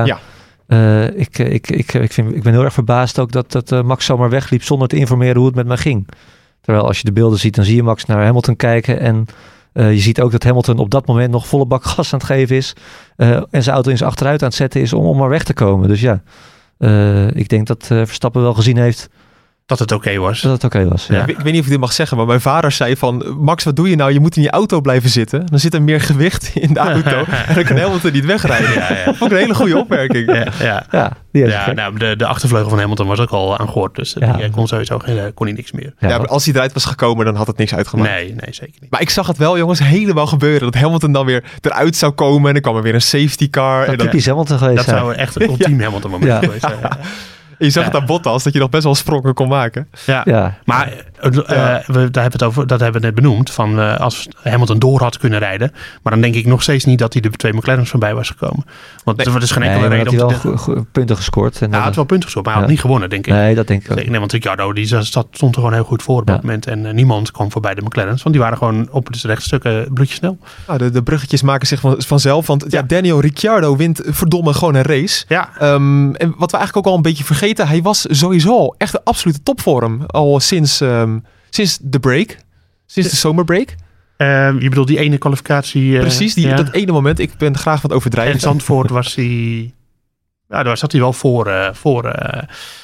ik ben heel erg verbaasd ook dat Max zomaar wegliep zonder te informeren hoe het met mij ging. Terwijl als je de beelden ziet, dan zie je Max naar Hamilton kijken en je ziet ook dat Hamilton op dat moment nog volle bak gas aan het geven is en zijn auto in zijn achteruit aan het zetten is om maar weg te komen. Dus ik denk dat Verstappen wel gezien heeft dat het oké was. Dat het oké was, ja. Ik weet niet of ik dit mag zeggen, maar mijn vader zei van... Max, wat doe je nou? Je moet in je auto blijven zitten. Dan zit er meer gewicht in de auto. En dan kan Hamilton niet wegrijden. Dat vond ik een hele goede opmerking. De achtervleugel van Hamilton was ook al aan gort. Dus die kon sowieso kon hij niks meer. Maar als hij eruit was gekomen, dan had het niks uitgemaakt. Nee, zeker niet. Maar ik zag het wel, jongens, helemaal gebeuren. Dat Hamilton dan weer eruit zou komen. En dan kwam er weer een safety car. Dat typisch Hamilton geweest. Dat zou echt een ultiem Hamilton moment geweest zijn. Je zag het aan Bottas, dat je nog best wel sprongen kon maken. Maar dat hebben we net benoemd. Van als Hamilton door had kunnen rijden. Maar dan denk ik nog steeds niet dat hij de 2 McLaren's voorbij was gekomen. Want er is geen enkele reden om te... Hij wel punten gescoord. Hij had wel punten gescoord, maar hij had niet gewonnen, denk ik. Nee, dat denk ik ook. Nee, want Ricciardo stond er gewoon heel goed voor op dat moment. En niemand kwam voorbij de McLaren's. Want die waren gewoon op het rechtstuk bloedjesnel. De bruggetjes maken zich vanzelf. Want Daniel Ricciardo wint verdomme gewoon een race. Ja. En wat we eigenlijk ook al een beetje vergeten. Hij was sowieso echt de absolute topvorm. Al sinds de break. Sinds de zomerbreak. Je bedoelt die ene kwalificatie. Precies, dat ene moment. Ik ben graag wat overdrijven. En Zandvoort was hij... Ja, daar zat hij wel voor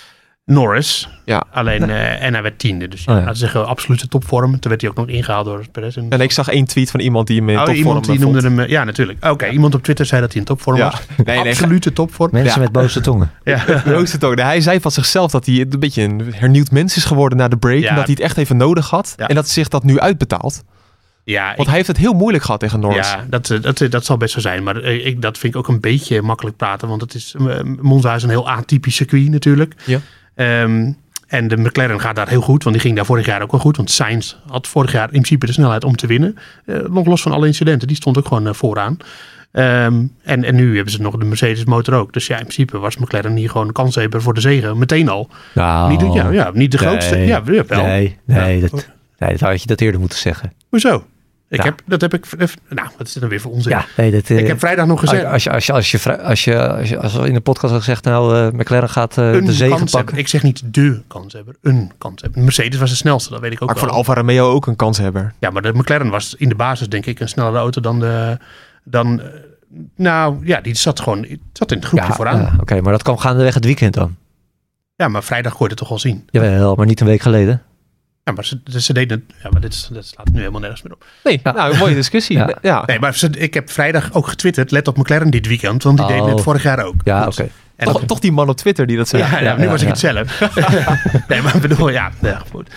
Norris. Ja. Alleen, en hij werd 10e. Dus Oh ja. laten we zeggen, absolute topvorm. Toen werd hij ook nog ingehaald door Perez. En ik zag 1 tweet van iemand die hem in topvorm iemand die vond. noemde hem... Ja, natuurlijk. Oké, iemand op Twitter zei dat hij in topvorm was. Nee, Absolute topvorm. Mensen met boze tongen. Ja. Hij zei van zichzelf dat hij een beetje een hernieuwd mens is geworden na de break. Ja. En dat hij het echt even nodig had. Ja. En dat zich dat nu uitbetaalt. Ja, Want hij heeft het heel moeilijk gehad tegen Norris. Ja, dat zal best zo zijn. Maar dat vind ik ook een beetje makkelijk praten. Want het is, Monza is een heel atypisch circuit natuurlijk. Ja. En de McLaren gaat daar heel goed. Want die ging daar vorig jaar ook wel goed. Want Sainz had vorig jaar in principe de snelheid om te winnen. Nog los van alle incidenten. Die stond ook gewoon vooraan. En nu hebben ze nog de Mercedes motor ook. Dus ja, in principe was McLaren hier gewoon een kanshebber voor de zege. Meteen al. Nou, Niet de grootste. nee. Ja, wel. Nee, dat had je dat eerder moeten zeggen. Hoezo? Ja. Dat heb ik... Nou, wat is dit dan weer voor onzin? Ja, nee, Ik heb vrijdag nog gezegd... Als we in de podcast had gezegd, McLaren gaat de zege pakken. Ik zeg niet de kanshebber, een kanshebber. Mercedes was de snelste, dat weet ik ook Maar wel. van Alfa Romeo ook een kanshebber. Ja, maar de McLaren was in de basis denk ik een snellere auto dan die zat in het groepje vooraan. Ja, Oké, maar dat kwam gaandeweg het weekend dan. Ja, maar vrijdag kon je het toch al zien. Jawel, maar niet een week geleden. Ja, maar ze deden het... Ja, maar dit slaat nu helemaal nergens meer op. Nee, een mooie discussie. Ja. Ja. Nee, maar ik heb vrijdag ook getwitterd. Let op McLaren dit weekend, want die deden het vorig jaar ook. Ja, Dus- oké. En Toch die man op Twitter die dat zei. Ja, nu was ik het zelf. Nee, maar ik bedoel, goed.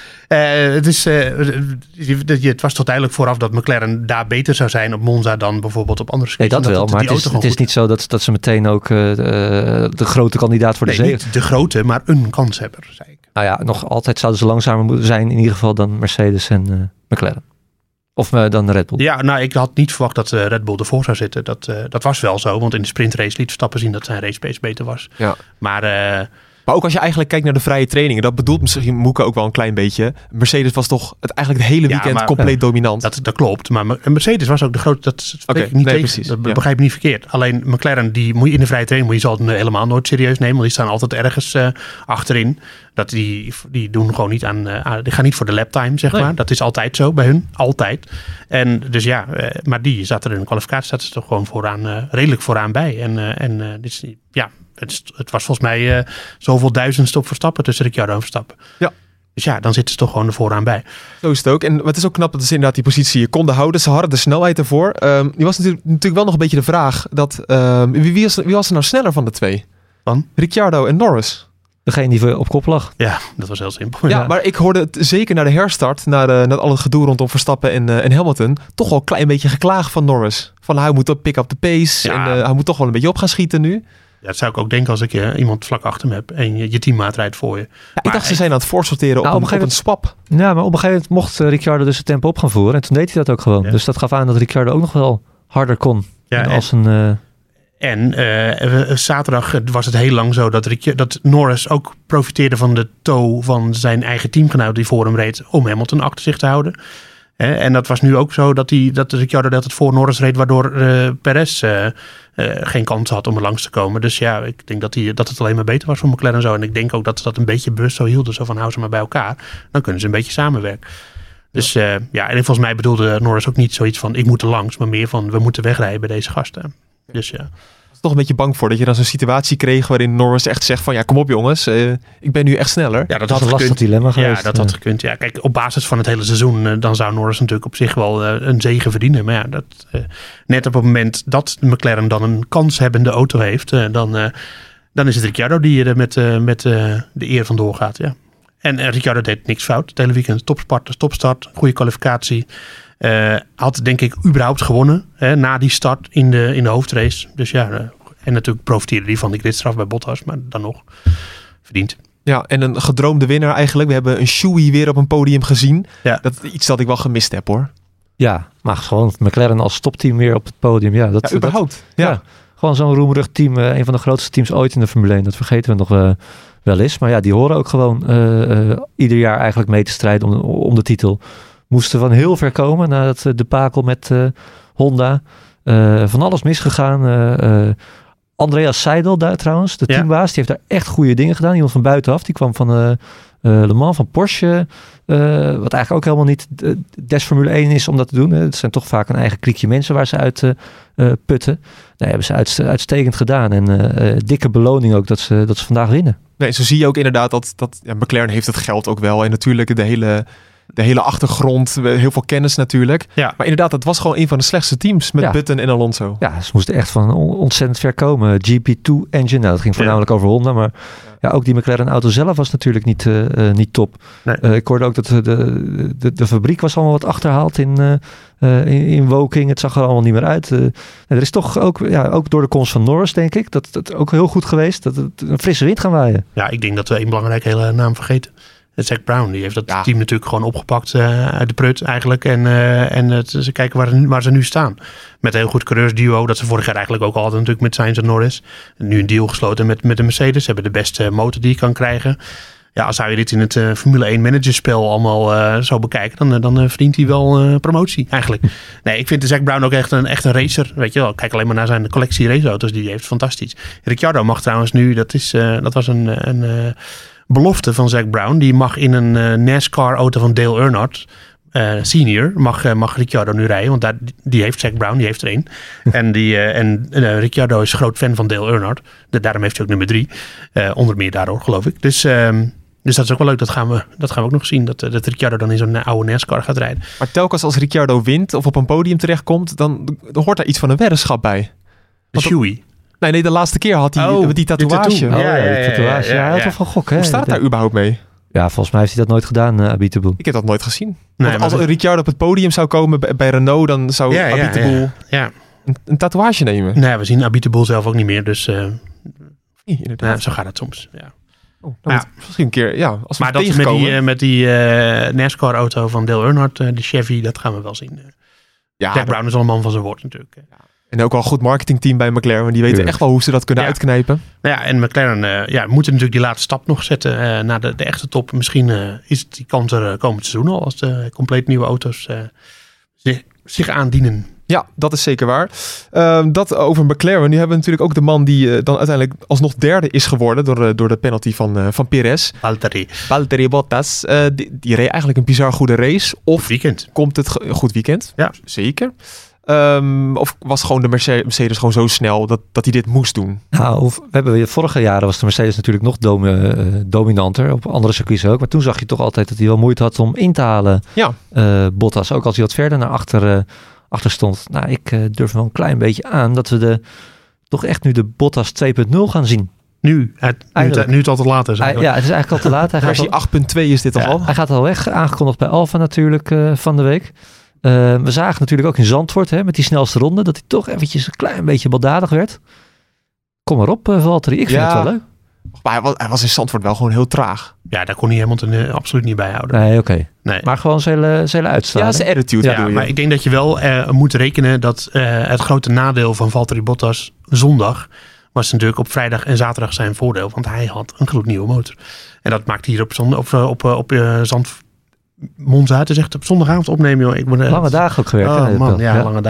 Het was toch duidelijk vooraf dat McLaren daar beter zou zijn op Monza dan bijvoorbeeld op andere Nee, circuits. dat wel, maar het is niet zo dat ze meteen ook de grote kandidaat voor de zege... Niet de grote, maar een kanshebber, zei ik. Nou ja, nog altijd zouden ze langzamer moeten zijn in ieder geval dan Mercedes en McLaren. Of dan Red Bull. Ja, nou, ik had niet verwacht dat Red Bull ervoor zou zitten. Dat was wel zo, want in de sprintrace liet Verstappen zien dat zijn race pace beter was. Ja. Maar Maar ook als je eigenlijk kijkt naar de vrije trainingen, dat bedoelt misschien Moeke ook wel een klein beetje. Mercedes was toch eigenlijk het hele weekend compleet dominant. Dat klopt, maar Mercedes was ook de grote. Dat spreek ik niet tegen. Precies. Dat begrijp ik niet verkeerd. Alleen McLaren, die moet je in de vrije training moet je ze helemaal nooit serieus nemen, want die staan altijd ergens achterin. Dat die doen gewoon niet die gaan niet voor de laptime, zeg maar. Dat is altijd zo bij hun, altijd. En dus maar die zaten er in de kwalificatie, zaten ze toch gewoon vooraan, redelijk vooraan bij. Het was volgens mij zoveel duizendste op Verstappen tussen Ricciardo en Verstappen. Ja. Dus dan zitten ze toch gewoon er vooraan bij. Zo is het ook. En het is ook knap dat ze inderdaad die positie konden houden. Ze hadden de snelheid ervoor. Die was natuurlijk wel nog een beetje de vraag. Wie was er nou sneller van de twee? Van? Ricciardo en Norris. Degene die op kop lag. Ja, dat was heel simpel. Ja, maar ik hoorde het zeker na de herstart, na al het gedoe rondom Verstappen en Hamilton, toch wel een klein beetje geklaagd van Norris. Van hij moet op pick up the pace Ja. en hij moet toch wel een beetje op gaan schieten nu. Ja, dat zou ik ook denken als ik iemand vlak achter me heb en je teammaat rijdt voor je. Ja, ik dacht ze zijn aan het voorsorteren op een swap. Ja, maar op een gegeven moment mocht Ricciardo dus het tempo op gaan voeren. En toen deed hij dat ook gewoon. Ja. Dus dat gaf aan dat Ricciardo ook nog wel harder kon. Ja, zaterdag was het heel lang zo dat Norris ook profiteerde van de toe van zijn eigen teamgenoot die voor hem reed om Hamilton achter zich te houden. En dat was nu ook zo dat Ricciardo dat het voor Norris reed, waardoor Perez geen kans had om er langs te komen. Dus ja, ik denk dat het alleen maar beter was voor McLaren zo. En ik denk ook dat ze dat een beetje bewust zo hielden. Zo van, hou ze maar bij elkaar. Dan kunnen ze een beetje samenwerken. Dus en volgens mij bedoelde Norris ook niet zoiets van ik moet er langs, maar meer van we moeten wegrijden bij deze gasten. Dus ja. Ik was toch een beetje bang voor dat je dan zo'n situatie kreeg waarin Norris echt zegt van ja, kom op jongens, ik ben nu echt sneller. Ja, dat had had een lastig gekund. dilemma geweest. Ja, dat had gekund. Ja, kijk, op basis van het hele seizoen, dan zou Norris natuurlijk op zich wel een zege verdienen. Maar ja, net op het moment dat de McLaren dan een kanshebbende auto heeft, dan is het Ricciardo die er met de eer vandoor gaat. Ja. En Ricciardo deed niks fout. Het hele weekend topstart, goede kwalificatie. Had denk ik überhaupt gewonnen na die start in de hoofdrace. Dus ja, en natuurlijk profiteerde die van die gridstraf bij Bottas, maar dan nog verdiend. Ja, en een gedroomde winnaar eigenlijk. We hebben een Shoei weer op een podium gezien. Ja. Dat is iets dat ik wel gemist heb hoor. Ja, maar gewoon McLaren als topteam weer op het podium. Ja, überhaupt. Ja, gewoon zo'n roemrucht team. Een van de grootste teams ooit in de Formule 1. Dat vergeten we nog wel eens. Maar ja, die horen ook gewoon ieder jaar eigenlijk mee te strijden om de titel. Moesten van heel ver komen na het debakel met Honda. Van alles misgegaan. Andreas Seidel daar trouwens, de teambaas, die heeft daar echt goede dingen gedaan. Iemand van buitenaf, die kwam van Le Mans, van Porsche. Wat eigenlijk ook helemaal niet des Formule 1 is om dat te doen. Het zijn toch vaak een eigen kliekje mensen waar ze uit putten. Nee, hebben ze uitstekend gedaan. En dikke beloning ook dat ze vandaag winnen. Nee, zo zie je ook inderdaad dat McLaren heeft het geld ook wel. En natuurlijk de hele achtergrond, heel veel kennis natuurlijk. Ja. Maar inderdaad, het was gewoon een van de slechtste teams met Button en Alonso. Ja, ze moesten echt van ontzettend ver komen. GP2 engine, nou, dat ging voornamelijk over Honda. Maar ook die McLaren auto zelf was natuurlijk niet top. Nee. Ik hoorde ook dat de fabriek was allemaal wat achterhaald in Woking. Het zag er allemaal niet meer uit. Er is toch ook door de komst van Norris, denk ik, dat het ook heel goed geweest. Dat het een frisse wind gaan waaien. Ja, ik denk dat we één belangrijke hele naam vergeten. Zac Brown, die heeft dat team natuurlijk gewoon opgepakt uit de prut eigenlijk. En ze kijken waar ze nu staan. Met een heel goed coureursduo, dat ze vorig jaar eigenlijk ook al hadden natuurlijk met Sainz en Norris. En nu een deal gesloten met de Mercedes. Ze hebben de beste motor die je kan krijgen. Ja, als zou je dit in het Formule 1 managerspel allemaal zo bekijken, dan verdient hij wel promotie eigenlijk. Nee, ik vind Zac Brown ook echt een racer. Weet je wel, kijk alleen maar naar zijn collectie raceauto's die hij heeft. Fantastisch. Ricciardo mag trouwens nu, dat was een belofte van Zac Brown. Die mag in een NASCAR-auto van Dale Earnhardt senior mag Ricciardo nu rijden. Want die heeft Zac Brown, die heeft er één. En Ricciardo is groot fan van Dale Earnhardt. Daarom heeft hij ook nummer 3. Onder meer daardoor, geloof ik. Dus dat is ook wel leuk. Dat gaan we ook nog zien. Dat Ricciardo dan in zo'n oude NASCAR gaat rijden. Maar telkens als Ricciardo wint of op een podium terechtkomt, dan hoort daar iets van een weddenschap bij. De shoey. Nee, de laatste keer had hij die tatoeage. Die tatoeage. Ja, hij had wel van gok. Hoe staat het daar überhaupt mee? Ja, volgens mij heeft hij dat nooit gedaan, Abiteboul. Ik heb dat nooit gezien. Nee, als Ricciardo op het podium zou komen bij Renault, dan zou Abiteboul een tatoeage nemen. Nee, we zien Abiteboul zelf ook niet meer, dus inderdaad. Zo gaat het soms. Ja. Misschien een keer, als we maar dat tegenkomen. met die NASCAR-auto van Dale Earnhardt, de Chevy, dat gaan we wel zien. Zac Brown is al een man van zijn woord natuurlijk. Ja. En ook al een goed marketingteam bij McLaren. Want die weten echt wel hoe ze dat kunnen uitknijpen. Ja, en McLaren moeten natuurlijk die laatste stap nog zetten naar de echte top. Misschien is het die kant er komend seizoen al. Als de compleet nieuwe auto's zich aandienen. Ja, dat is zeker waar. Dat over McLaren. Nu hebben we natuurlijk ook de man die dan uiteindelijk alsnog derde is geworden. Door de penalty van Perez. Valtteri Bottas. Die reed eigenlijk een bizar goede race. Of weekend. Komt het goed weekend? Ja. Zeker. Of was gewoon de Mercedes gewoon zo snel dat hij dit moest doen? Nou, vorige jaren was de Mercedes natuurlijk nog dominanter. Op andere circuits ook. Maar toen zag je toch altijd dat hij wel moeite had om in te halen. Ja. Bottas, ook als hij wat verder naar achter stond. Nou, ik durf wel een klein beetje aan dat we toch echt nu de Bottas 2.0 gaan zien. Nu het al te laat is. Ja, het is eigenlijk al te laat. Versie 8.2 is dit al. Hij gaat al weg. Aangekondigd bij Alfa natuurlijk van de week. We zagen natuurlijk ook in Zandvoort met die snelste ronde dat hij toch eventjes een klein beetje baldadig werd. Kom maar op, Valtteri. Ik vind het wel leuk. Maar hij was in Zandvoort wel gewoon heel traag. Ja, daar kon hij Hamilton absoluut niet bij houden. Nee, oké. Nee. Maar gewoon zijn hele uitstraling. Ja, zijn attitude. Ja, maar ik denk dat je wel moet rekenen dat het grote nadeel van Valtteri Bottas zondag was natuurlijk op vrijdag en zaterdag zijn voordeel. Want hij had een gloednieuwe motor. En dat maakt hier op Zandvoort. Monza, het is echt op zondagavond opnemen. Joh. Lange dagen ook gewerkt. Lange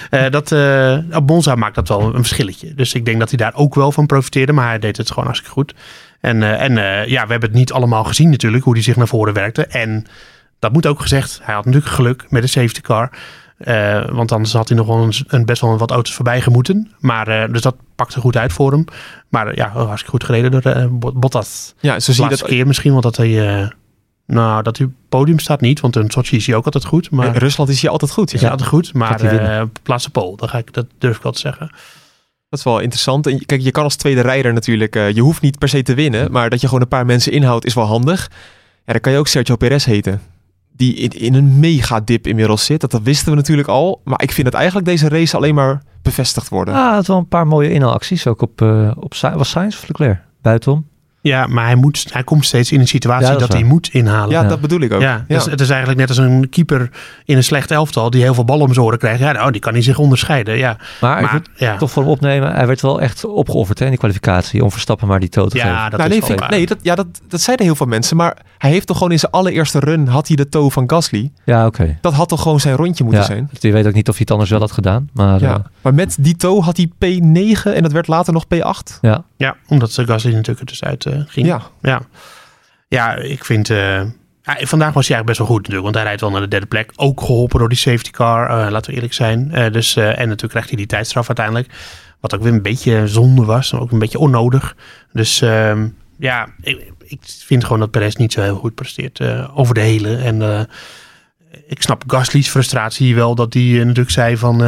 dagen. Op Monza maakt dat wel een verschilletje. Dus ik denk dat hij daar ook wel van profiteerde. Maar hij deed het gewoon hartstikke goed. En we hebben het niet allemaal gezien natuurlijk. Hoe hij zich naar voren werkte. En dat moet ook gezegd. Hij had natuurlijk geluk met de safety car. Want anders had hij nog wel best wel wat auto's voorbij gemoeten. Maar dus dat pakte goed uit voor hem. Maar hartstikke goed gereden door Bottas. Ja, zo zie je dat keer misschien. Want dat hij... dat hij op het podium staat niet, want in Sochi is hij ook altijd goed. Maar in Rusland is hij altijd goed. Is hij altijd goed, maar plaats op pole, dat durf ik wel te zeggen. Dat is wel interessant. En kijk, je kan als tweede rijder natuurlijk, je hoeft niet per se te winnen, maar dat je gewoon een paar mensen inhoudt is wel handig. Ja, dan kan je ook Sergio Perez heten, die in een mega dip inmiddels zit. Dat wisten we natuurlijk al, maar ik vind het eigenlijk deze race alleen maar bevestigd worden. Ah, het had wel een paar mooie inhaalacties, ook was Sainz of Leclerc, buitenom. Ja, maar hij komt steeds in een situatie dat hij moet inhalen. Ja, dat bedoel ik ook. Ja, dus het is eigenlijk net als een keeper in een slecht elftal die heel veel ballen om zijn oren krijgt. Ja, die kan hij zich onderscheiden. Ja. Maar ik wil toch voor hem opnemen. Hij werd wel echt opgeofferd in die kwalificatie om Verstappen maar die toe te geven. Dat zeiden heel veel mensen. Maar hij heeft toch gewoon in zijn allereerste run had hij de toe van Gasly. Ja, oké. Dat had toch gewoon zijn rondje moeten zijn. Je weet ook niet of hij het anders wel had gedaan. Maar, maar met die toe had hij P9 en dat werd later nog P8. Ja, omdat Gasly natuurlijk er dus uit ging. Ja, ik vind... Ja, vandaag was hij eigenlijk best wel goed natuurlijk. Want hij rijdt wel naar de derde plek. Ook geholpen door die safety car. Laten we eerlijk zijn. En natuurlijk krijgt hij die tijdstraf uiteindelijk. Wat ook weer een beetje zonde was. Ook een beetje onnodig. Dus ik vind gewoon dat Perez niet zo heel goed presteert. Over de hele. En ik snap Gasly's frustratie wel. Dat hij natuurlijk zei van...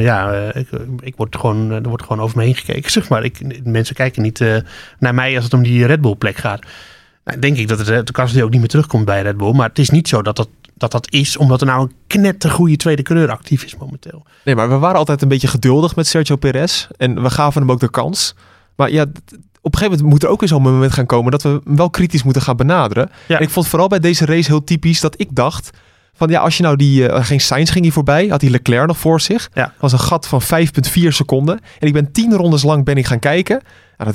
er wordt gewoon over me heen gekeken. Zeg maar. Mensen kijken niet naar mij als het om die Red Bull plek gaat. Nou, denk ik dat de Gasly ook niet meer terugkomt bij Red Bull. Maar het is niet zo dat is omdat er nou een knettergoeie tweede coureur actief is momenteel. Nee, maar we waren altijd een beetje geduldig met Sergio Perez. En we gaven hem ook de kans. Maar ja, op een gegeven moment moet er ook in zo'n moment gaan komen dat we hem wel kritisch moeten gaan benaderen. Ja. En ik vond vooral bij deze race heel typisch dat ik dacht van ja, als je nou geen Sainz ging hier voorbij, had hij Leclerc nog voor zich. Ja. Dat was een gat van 5,4 seconden. En ik ben 10 rondes lang gaan kijken. Ja,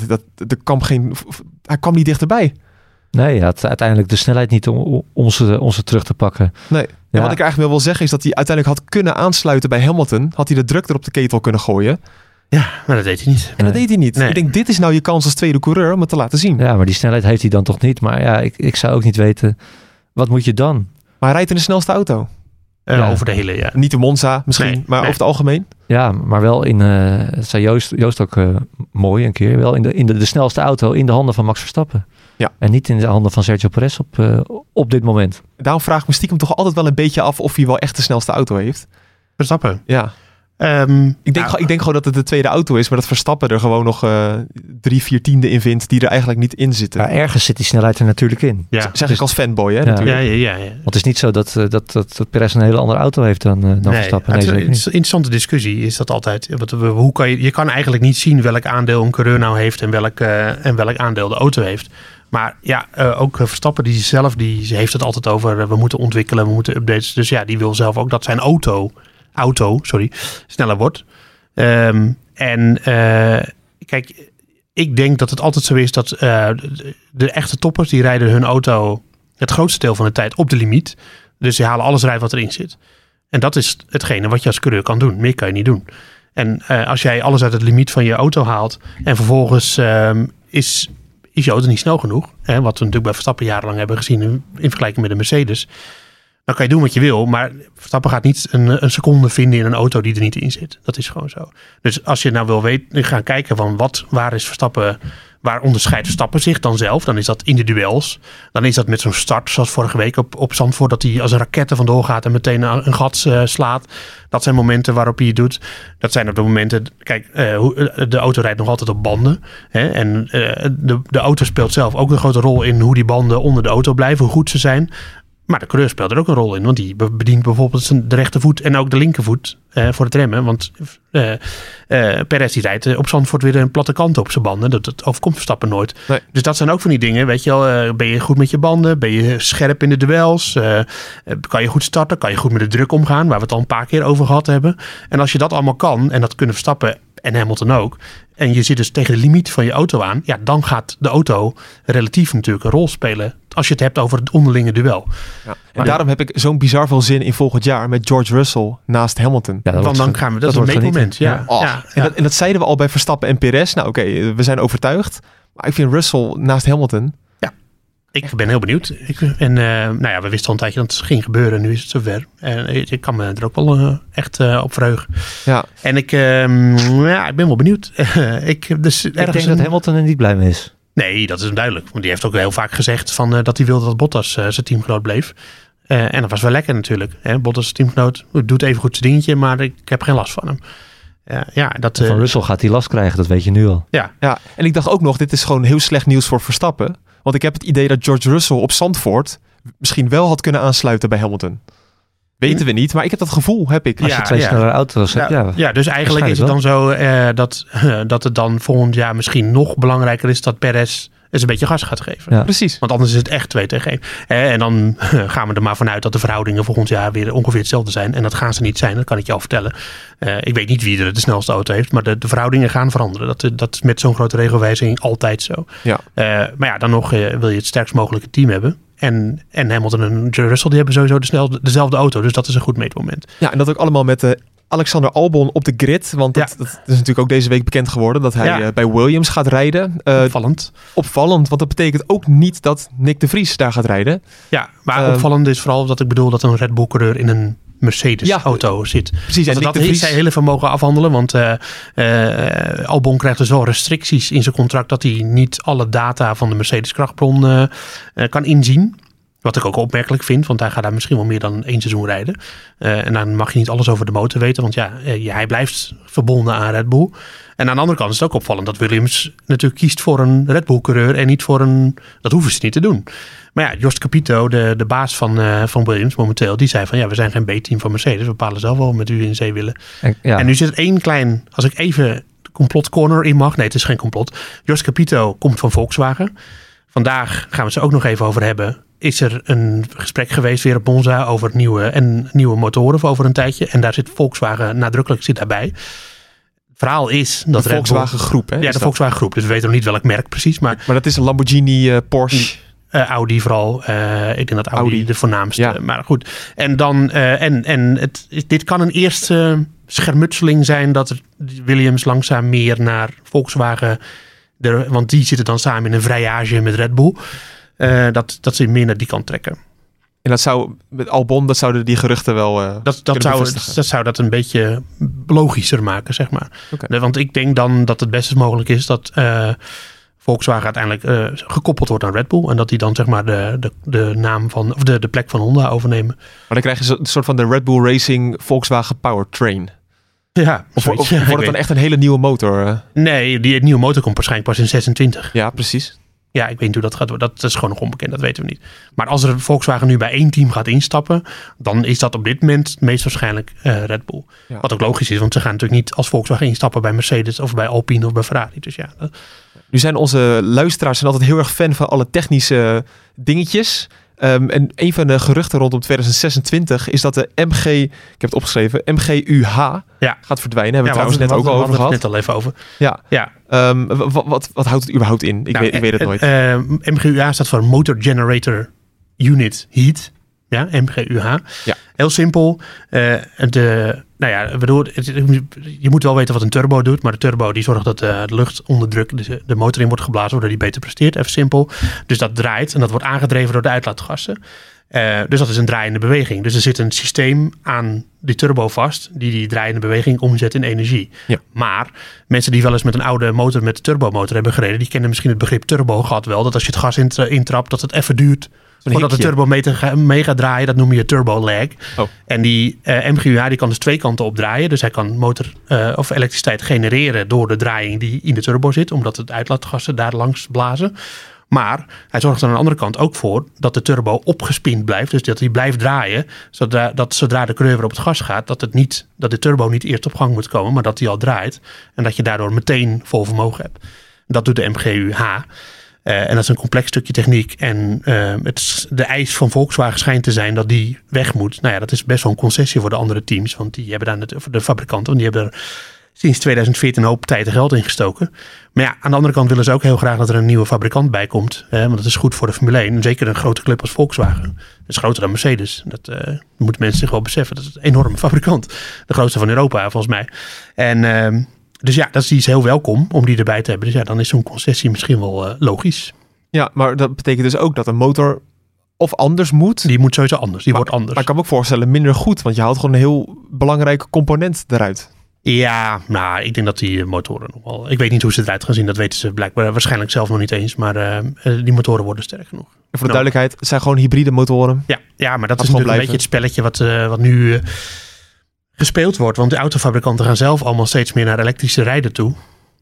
hij kwam niet dichterbij. Nee, hij had uiteindelijk de snelheid niet om ze terug te pakken. Nee. Ja. En wat ik eigenlijk wil zeggen is dat hij uiteindelijk had kunnen aansluiten bij Hamilton. Had hij de druk er op de ketel kunnen gooien. Ja, maar dat deed hij niet. En dat deed hij niet. Nee. Ik denk, dit is nou je kans als tweede coureur om het te laten zien. Ja, maar die snelheid heeft hij dan toch niet. Maar ja, ik zou ook niet weten, wat moet je dan? Maar hij rijdt in de snelste auto. Over de hele, ja. Niet de Monza misschien, maar over het algemeen. Ja, maar wel dat zei Joost ook mooi een keer, wel in de snelste auto in de handen van Max Verstappen. Ja. En niet in de handen van Sergio Perez op dit moment. Daarom vraag ik me stiekem toch altijd wel een beetje af of hij wel echt de snelste auto heeft. Verstappen. Ja. Ik denk gewoon dat het de tweede auto is, maar dat Verstappen er gewoon nog 3/4 in vindt die er eigenlijk niet in zitten. Ja, ergens zit die snelheid er natuurlijk in. Ja. Zeg ik als fanboy, hè? Ja. Natuurlijk. Ja. Want het is niet zo dat Perez een hele andere auto heeft dan Verstappen. Nee, het is zeker een niet. interessante discussie is dat altijd. Je kan eigenlijk niet zien welk aandeel een coureur nou heeft en welk aandeel de auto heeft. Maar ja, ook Verstappen die heeft het altijd over we moeten ontwikkelen, we moeten updates. Dus ja, die wil zelf ook dat zijn auto sneller wordt. Kijk, ik denk dat het altijd zo is dat de echte toppers die rijden hun auto het grootste deel van de tijd op de limiet. Dus ze halen alles eruit wat erin zit. En dat is hetgene wat je als coureur kan doen. Meer kan je niet doen. En als jij alles uit het limiet van je auto haalt en vervolgens is je auto niet snel genoeg, wat we natuurlijk bij Verstappen jarenlang hebben gezien in vergelijking met de Mercedes, dan kan je doen wat je wil, maar Verstappen gaat niet een seconde vinden in een auto die er niet in zit. Dat is gewoon zo. Dus als je nou wil weten, gaan kijken van waar onderscheidt Verstappen zich dan zelf? Dan is dat in de duels. Dan is dat met zo'n start, zoals vorige week op Zandvoort, dat hij als een raket er vandoor gaat en meteen een gat slaat. Dat zijn momenten waarop hij het doet. Dat zijn op de momenten, kijk, de auto rijdt nog altijd op banden. En de auto speelt zelf ook een grote rol in hoe die banden onder de auto blijven, hoe goed ze zijn. Maar de coureur speelt er ook een rol in. Want die bedient bijvoorbeeld de rechtervoet en ook de linkervoet voor het remmen. Want Perez die rijdt op Zandvoort weer een platte kant op zijn banden. Dat overkomt Verstappen nooit. Nee. Dus dat zijn ook van die dingen. Weet je wel, ben je goed met je banden? Ben je scherp in de duels? Kan je goed starten? Kan je goed met de druk omgaan? Waar we het al een paar keer over gehad hebben. En als je dat allemaal kan, en dat kunnen Verstappen en Hamilton ook, en je zit dus tegen de limiet van je auto aan, ja, dan gaat de auto relatief natuurlijk een rol spelen als je het hebt over het onderlinge duel. Ja. En daarom heb ik zo'n bizar veel zin in volgend jaar met George Russell naast Hamilton. Ja, want dan gaan we, dat is een meetmoment. Ja. Ja. En dat zeiden we al bij Verstappen en Perez. Nou oké, we zijn overtuigd. Maar ik vind Russell naast Hamilton. Ja, ik ben heel benieuwd. We wisten al een tijdje dat het ging gebeuren. Nu is het zover. En ik kan me er ook wel echt op verheugen. Ja. En ik ben wel benieuwd. Ik denk dat Hamilton er niet blij mee is. Nee, dat is duidelijk. Want die heeft ook heel vaak gezegd dat hij wilde dat Bottas zijn teamgenoot bleef. En dat was wel lekker natuurlijk. Bottas teamgenoot doet even goed zijn dingetje, maar ik heb geen last van hem. Van Russell gaat hij last krijgen, dat weet je nu al. Ja, en ik dacht ook nog, dit is gewoon heel slecht nieuws voor Verstappen. Want ik heb het idee dat George Russell op Zandvoort misschien wel had kunnen aansluiten bij Hamilton. Weten we niet, maar ik heb dat gevoel, heb ik. Als je twee snellere auto's hebt, ja, dus eigenlijk is het dan zo dat het dan volgend jaar misschien nog belangrijker is dat Perez eens een beetje gas gaat geven. Ja. Precies. Want anders is het echt 2-1. En dan gaan we er maar vanuit dat de verhoudingen volgend jaar weer ongeveer hetzelfde zijn. En dat gaan ze niet zijn, dat kan ik je al vertellen. Ik weet niet wie er de snelste auto heeft, maar de verhoudingen gaan veranderen. Dat is met zo'n grote regelwijziging altijd zo. Ja. Maar ja, dan nog wil je het sterkst mogelijke team hebben. En Hamilton en Russell die hebben sowieso dezelfde auto. Dus dat is een goed meetmoment. Ja, en dat ook allemaal met de Alexander Albon op de grid. Want dat is natuurlijk ook deze week bekend geworden dat hij bij Williams gaat rijden. Opvallend, want dat betekent ook niet dat Nick de Vries daar gaat rijden. Ja, maar opvallend is vooral dat ik bedoel dat een Red Bull-coureur in een Mercedes-auto zit. Precies. En dat heeft zij heel even mogen afhandelen, want Albon krijgt dus wel restricties in zijn contract dat hij niet alle data van de Mercedes-krachtbron kan inzien. Wat ik ook opmerkelijk vind, want hij gaat daar misschien wel meer dan 1 seizoen rijden. En dan mag je niet alles over de motor weten, want hij blijft verbonden aan Red Bull. En aan de andere kant is het ook opvallend dat Williams natuurlijk kiest voor een Red Bull-coureur en niet voor een... Dat hoeven ze niet te doen. Maar ja, Jost Capito, de baas van Williams momenteel, die zei van we zijn geen B-team van Mercedes. We bepalen zelf wel met wie we in zee willen. En nu zit er één klein, als ik even complotcorner in mag. Nee, het is geen complot. Jost Capito komt van Volkswagen. Vandaag gaan we het er ook nog even over hebben. Is er een gesprek geweest weer op Monza over nieuwe motoren over een tijdje. En daar zit Volkswagen nadrukkelijk daarbij. Het verhaal is dat de Volkswagen groep, hè? Ja, de Volkswagen groep. Dus we weten nog niet welk merk precies. Maar dat is een Lamborghini, Porsche... Audi vooral. Ik denk dat Audi de voornaamste. Ja. Maar goed. En dan dit kan een eerste schermutseling zijn dat Williams langzaam meer naar Volkswagen, want die zitten dan samen in een vrijage met Red Bull. Dat ze meer naar die kant trekken. En dat zou met Albon, dat zouden die geruchten wel dat zou dat een beetje logischer maken, zeg maar. Okay. Want ik denk dan dat het best mogelijk is dat Volkswagen uiteindelijk gekoppeld wordt aan Red Bull. En dat die dan zeg maar de naam van, of de plek van Honda overnemen. Maar dan krijg je een soort van de Red Bull Racing Volkswagen Powertrain. Ja. Of wordt het dan echt een hele nieuwe motor? Nee, die nieuwe motor komt waarschijnlijk pas in 26. Ja, precies. Ja, ik weet niet hoe dat gaat worden. Dat is gewoon nog onbekend, dat weten we niet. Maar als er Volkswagen nu bij 1 team gaat instappen, dan is dat op dit moment meest waarschijnlijk Red Bull. Ja. Wat ook logisch is, want ze gaan natuurlijk niet als Volkswagen instappen bij Mercedes of bij Alpine of bij Ferrari. Dus ja. Nu zijn onze luisteraars altijd heel erg fan van alle technische dingetjes. En een van de geruchten rondom 2026 is dat de MG, ik heb het opgeschreven, MGUH gaat verdwijnen. Hebben we het trouwens net ook al over gehad. Net al even over. Ja. Wat houdt het überhaupt in? Ik weet het nooit. MGUH staat voor Motor Generator Unit Heat. Ja, MGUH. Ja. Heel simpel. Je moet wel weten wat een turbo doet. Maar de turbo die zorgt dat de luchtonderdruk de motor in wordt geblazen, waardoor die beter presteert. Even simpel. Dus dat draait en dat wordt aangedreven door de uitlaatgassen. Dus dat is een draaiende beweging. Dus er zit een systeem aan die turbo vast die draaiende beweging omzet in energie. Ja. Maar mensen die wel eens met een oude motor met turbomotor hebben gereden, die kennen misschien het begrip turbogat wel. Dat als je het gas intrapt, dat het even duurt voordat de turbo mee gaat draaien. Dat noem je turbo lag. Oh. En die MGUH die kan dus 2 kanten op draaien. Dus hij kan motor of elektriciteit genereren door de draaiing die in de turbo zit, omdat het uitlaatgassen daar langs blazen. Maar hij zorgt er aan de andere kant ook voor dat de turbo opgespind blijft. Dus dat hij blijft draaien. Zodat zodra de coureur weer op het gas gaat, dat de turbo niet eerst op gang moet komen, maar dat hij al draait. En dat je daardoor meteen vol vermogen hebt. Dat doet de MGUH. En dat is een complex stukje techniek. En de eis van Volkswagen schijnt te zijn dat die weg moet. Nou ja, dat is best wel een concessie voor de andere teams. Want die hebben daar de fabrikanten, want die hebben er sinds 2014 een hoop tijd en geld in gestoken. Maar ja, aan de andere kant willen ze ook heel graag dat er een nieuwe fabrikant bij komt. Want dat is goed voor de Formule 1. En zeker een grote club als Volkswagen. Dat is groter dan Mercedes. Dat moeten mensen zich wel beseffen. Dat is een enorme fabrikant. De grootste van Europa, volgens mij. En dus ja, dat is iets heel welkom om die erbij te hebben. Dus ja, dan is zo'n concessie misschien wel logisch. Ja, maar dat betekent dus ook dat een motor of anders moet. Die moet sowieso anders. Die wordt anders. Maar ik kan me ook voorstellen minder goed. Want je haalt gewoon een heel belangrijke component eruit. Ja, nou, ik denk dat die motoren nog wel... Ik weet niet hoe ze eruit gaan zien. Dat weten ze blijkbaar waarschijnlijk zelf nog niet eens. Maar die motoren worden sterk genoeg. En voor de duidelijkheid, het zijn gewoon hybride motoren. Ja, maar dat is natuurlijk een beetje het spelletje wat nu gespeeld wordt. Want de autofabrikanten gaan zelf allemaal steeds meer naar elektrische rijden toe.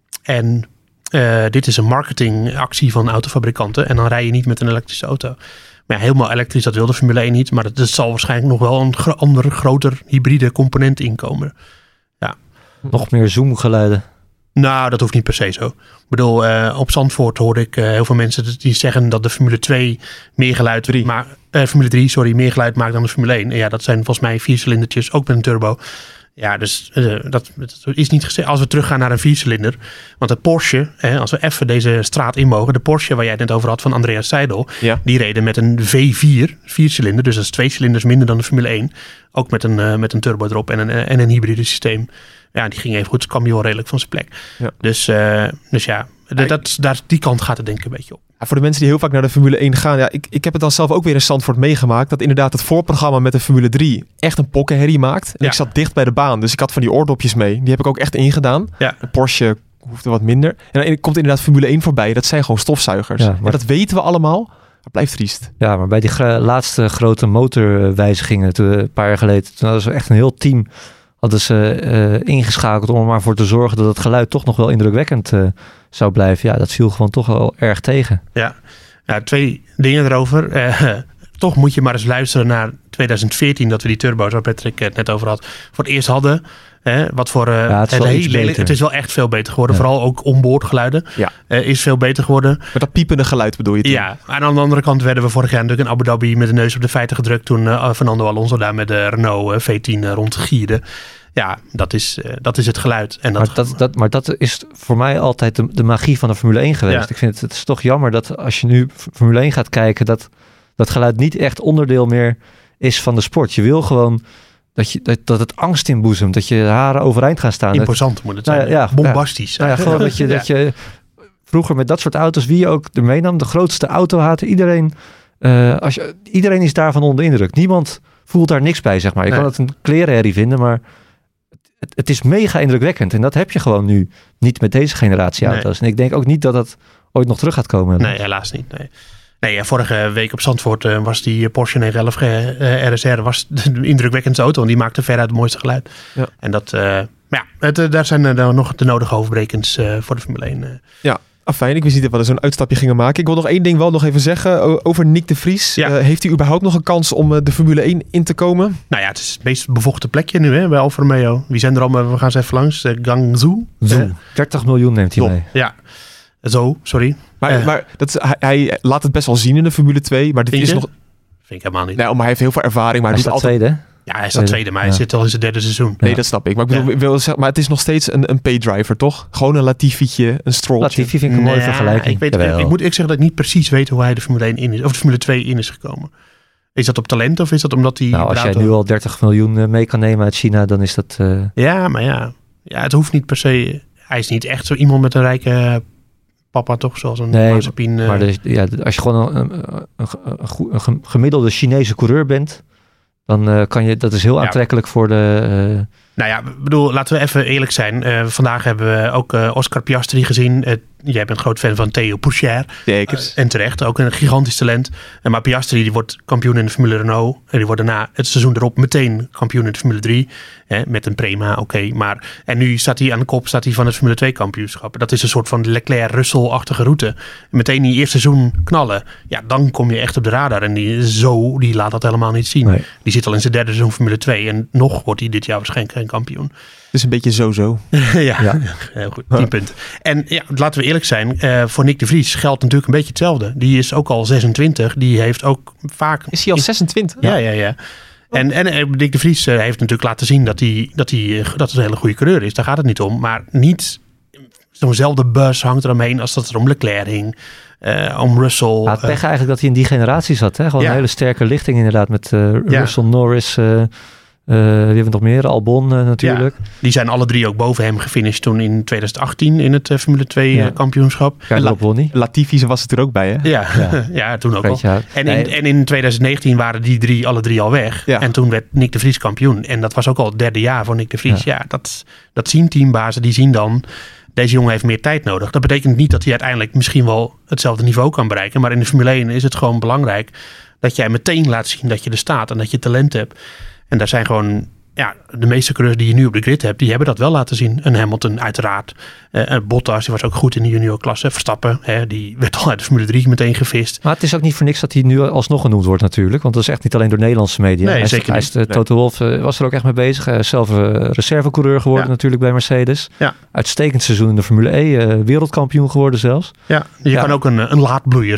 En dit is een marketingactie van autofabrikanten. En dan rij je niet met een elektrische auto. Maar ja, helemaal elektrisch, dat wil de Formule 1 niet. Maar er zal waarschijnlijk nog wel een ander, groter hybride component inkomen. Ja. Nog meer zoomgeluiden. Nou, dat hoeft niet per se zo. Ik bedoel, op Zandvoort hoorde ik heel veel mensen die zeggen dat de Formule 2 meer geluid... Formule 3, meer geluid maakt dan de Formule 1. En ja, dat zijn volgens mij 4-cilindertjes, ook met een turbo. Ja, dus dat is niet gezegd. Als we teruggaan naar een 4-cilinder. Want de Porsche, als we even deze straat in mogen. De Porsche waar jij het net over had van Andreas Seidel. Ja. Die reden met een V4, 4-cilinder. Dus dat is 2 cilinders minder dan de Formule 1. Ook met een turbo erop en een hybride systeem. Ja, die ging even goed. Dus kwam hij wel redelijk van zijn plek. Ja. Dus ja, die kant gaat het denk ik een beetje op. Ja, voor de mensen die heel vaak naar de Formule 1 gaan. Ja, ik heb het dan zelf ook weer in Zandvoort meegemaakt. Dat inderdaad het voorprogramma met de Formule 3 echt een pokkenherrie maakt. En ik zat dicht bij de baan. Dus ik had van die oordopjes mee. Die heb ik ook echt ingedaan. Ja. De Porsche hoefde wat minder. En dan komt inderdaad Formule 1 voorbij. Dat zijn gewoon stofzuigers. Ja, maar dat weten we allemaal. Het blijft triest. Ja, maar bij die laatste grote motorwijzigingen een paar jaar geleden. Toen hadden ze echt een heel team ingeschakeld om er maar voor te zorgen dat het geluid toch nog wel indrukwekkend zou blijven. Ja, dat viel gewoon toch wel erg tegen. Ja, 2 dingen erover. Toch moet je maar eens luisteren naar 2014 dat we die turbo's waar Patrick het net over had voor het eerst hadden. Wat voor het is wel echt veel beter geworden. Ja. Vooral ook onboordgeluiden is veel beter geworden. Met dat piepende geluid bedoel je toen? Ja, en aan de andere kant werden we vorig jaar natuurlijk in Abu Dhabi met de neus op de feiten gedrukt toen Fernando Alonso daar met de Renault V10 rondgierde. Ja, dat is het geluid. En maar dat is voor mij altijd de magie van de Formule 1 geweest. Ja. Ik vind het is toch jammer dat als je nu Formule 1 gaat kijken, dat geluid niet echt onderdeel meer is van de sport. Je wil gewoon dat het angst inboezemt, dat je haren overeind gaan staan. Imposant moet het zijn. Bombastisch. Gewoon dat je vroeger met dat soort auto's, wie je ook er meenam, de grootste autohater, iedereen is daarvan onder de indruk. Niemand voelt daar niks bij, zeg maar. Je kan het een klerenherrie vinden, maar het is mega indrukwekkend. En dat heb je gewoon nu niet met deze generatie auto's. Nee. En ik denk ook niet dat dat ooit nog terug gaat komen. Nee, helaas niet. Nee, vorige week op Zandvoort was die Porsche 911 RSR was de indrukwekkendste auto. En die maakte veruit het mooiste geluid. Ja. En daar zijn nog de nodige overbrekens voor de Formule 1. Ja. Fijn, ik wist niet dat we er zo'n uitstapje gingen maken. Ik wil nog één ding wel nog even zeggen over Nick de Vries. Ja. Heeft hij überhaupt nog een kans om de Formule 1 in te komen? Nou ja, het is het meest bevochten plekje nu bij Alfa Romeo. Wie zijn er allemaal? We gaan ze even langs. Guangzhou. 30 miljoen neemt hij mee. Ja, sorry. Maar hij laat het best wel zien in de Formule 2. Maar dit is nog... Vind ik helemaal niet. Nee, maar hij heeft heel veel ervaring. Maar hij staat tweede. Ja, hij staat tweede, maar hij zit al in zijn 3e seizoen. Nee, dat snap ik. Maar ik bedoel, maar het is nog steeds een paydriver, toch? Gewoon een Latifietje, een Strolltje. Latifi vind ik een mooie vergelijking. Ik moet zeggen dat ik niet precies weet hoe hij de Formule 1 in is, of de Formule 2 in is gekomen. Is dat op talent of is dat omdat hij... Nou, als jij nu al 30 miljoen mee kan nemen uit China, dan is dat... Ja, maar ja, het hoeft niet per se... Hij is niet echt zo iemand met een rijke... papa toch, zoals een Mazepin. Maar als je gewoon een gemiddelde Chinese coureur bent, dan kan je, dat is heel aantrekkelijk voor de... Nou ja, bedoel, laten we even eerlijk zijn. Vandaag hebben we ook Oscar Piastri gezien. Jij bent groot fan van Theo Pourchaire. Zeker. En terecht, ook een gigantisch talent. Maar Piastri die wordt kampioen in de Formule Renault. En die wordt daarna het seizoen erop meteen kampioen in de Formule 3. Met een Prema, oké. En nu staat hij aan de kop van het Formule 2 kampioenschap. Dat is een soort van Leclerc-Russell-achtige route. En meteen in die eerste seizoen knallen. Ja, dan kom je echt op de radar. En die laat dat helemaal niet zien. Nee. Die zit al in zijn 3e seizoen Formule 2. En nog wordt hij dit jaar waarschijnlijk geen kampioen. Het is een beetje zo. ja, heel goed. 10 punten. En ja, laten we eerlijk zijn. Voor Nick de Vries geldt natuurlijk een beetje hetzelfde. Die is ook al 26. Die heeft ook vaak... Is hij al 26? Ja. En Nick de Vries heeft natuurlijk laten zien dat het een hele goede coureur is. Daar gaat het niet om. Maar niet zo'nzelfde buzz hangt eromheen als dat er om Leclerc hing. Om Russell. Het pech eigenlijk dat hij in die generatie zat. Hè? Gewoon een hele sterke lichting inderdaad. Met Russell, Norris... die hebben we nog meer, Albon natuurlijk. Ja, die zijn alle 3 ook boven hem gefinished toen in 2018 in het Formule 2 kampioenschap. Latifi was het er ook bij, hè? Ja, toen ook al. En in 2019 waren die 3 alle 3 al weg. Ja. En toen werd Nick de Vries kampioen. En dat was ook al het 3e jaar voor Nick de Vries. Ja, dat zien teambazen, die zien dan... Deze jongen heeft meer tijd nodig. Dat betekent niet dat hij uiteindelijk misschien wel hetzelfde niveau kan bereiken. Maar in de Formule 1 is het gewoon belangrijk dat jij meteen laat zien dat je er staat en dat je talent hebt. En daar zijn gewoon, de meeste coureurs die je nu op de grid hebt, die hebben dat wel laten zien. Een Hamilton uiteraard. Bottas, die was ook goed in de juniorklasse. Verstappen, die werd al uit de Formule 3 meteen gevist. Maar het is ook niet voor niks dat hij nu alsnog genoemd wordt natuurlijk. Want dat is echt niet alleen door Nederlandse media. Nee, zeker niet. Toto Wolff was er ook echt mee bezig. Hij is zelf reservecoureur geworden natuurlijk bij Mercedes. Ja. Uitstekend seizoen in de Formule E. Wereldkampioen geworden zelfs. Ja, je kan ook een laadbloeier zijn.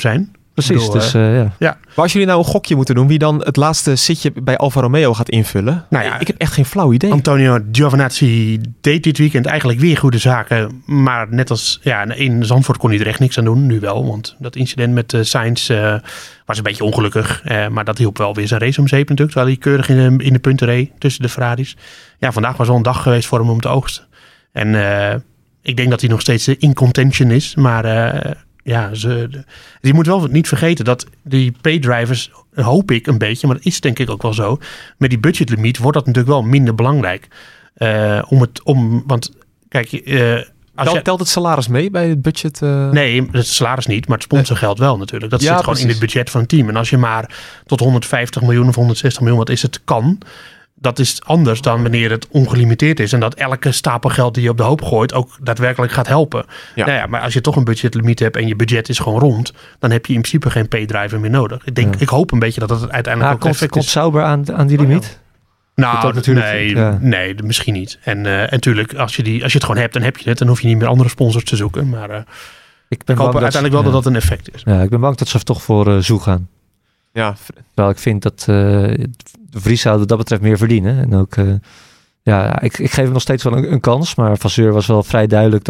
Precies, bedoel, ja. Maar als jullie nou een gokje moeten doen, wie dan het laatste zitje bij Alfa Romeo gaat invullen? Nou ja, ik heb echt geen flauw idee. Antonio Giovinazzi deed dit weekend eigenlijk weer goede zaken. Maar net als in Zandvoort kon hij er echt niks aan doen. Nu wel, want dat incident met Sainz was een beetje ongelukkig. Maar dat hielp wel weer zijn race om zeep natuurlijk. Terwijl hij keurig in de punten reed tussen de Ferraris. Ja, vandaag was wel een dag geweest voor hem om te oogsten. En ik denk dat hij nog steeds in contention is. Maar je moet wel niet vergeten dat die paydrivers, hoop ik een beetje, maar dat is denk ik ook wel zo. Met die budgetlimiet wordt dat natuurlijk wel minder belangrijk. Want kijk, telt het salaris mee bij het budget? Nee, het salaris niet, maar het sponsorgeld wel natuurlijk. Dat zit gewoon precies in het budget van het team. En als je maar tot 150 miljoen of 160 miljoen, wat is het, kan. Dat is anders dan wanneer het ongelimiteerd is. En dat elke stapel geld die je op de hoop gooit ook daadwerkelijk gaat helpen. Ja. Nou ja, maar als je toch een budgetlimiet hebt en je budget is gewoon rond, dan heb je in principe geen paydriver meer nodig. Ik hoop een beetje dat het uiteindelijk ook effect is. Komt Sauber aan die limiet? Nou, nee, misschien niet. En natuurlijk, als je het gewoon hebt, dan heb je het. Dan hoef je niet meer andere sponsors te zoeken. Maar ik hoop uiteindelijk wel dat dat een effect is. Ja, ik ben bang dat ze toch voor Zoe gaan. Ja. Terwijl ik vind dat de Vries zou dat betreft meer verdienen. En ook, ik geef hem nog steeds wel een kans. Maar Vasseur was wel vrij duidelijk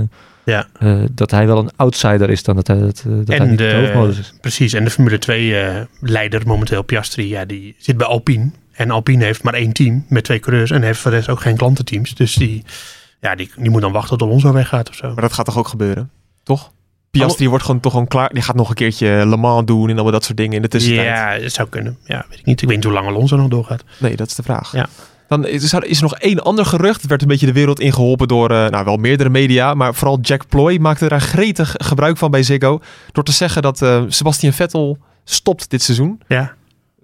dat hij wel een outsider is dan dat hij niet de hoofdmodus is. Precies, en de Formule 2 leider momenteel, Piastri, die zit bij Alpine. En Alpine heeft maar 1 team met 2 coureurs en heeft voor de rest ook geen klantenteams. Dus die moet dan wachten tot Alonso weggaat of zo. Maar dat gaat toch ook gebeuren, toch? Piastri wordt gewoon toch klaar. Die gaat nog een keertje Le Mans doen en allemaal dat soort dingen in de tussentijd. Ja, het zou kunnen. Ja, weet ik niet. Ik weet niet hoe lang Alonso nog doorgaat. Nee, dat is de vraag. Ja. Dan is er nog 1 ander gerucht. Het werd een beetje de wereld ingeholpen door wel meerdere media. Maar vooral Jack Ploy maakte er gretig gebruik van bij Ziggo. Door te zeggen dat Sebastian Vettel stopt dit seizoen. Ja.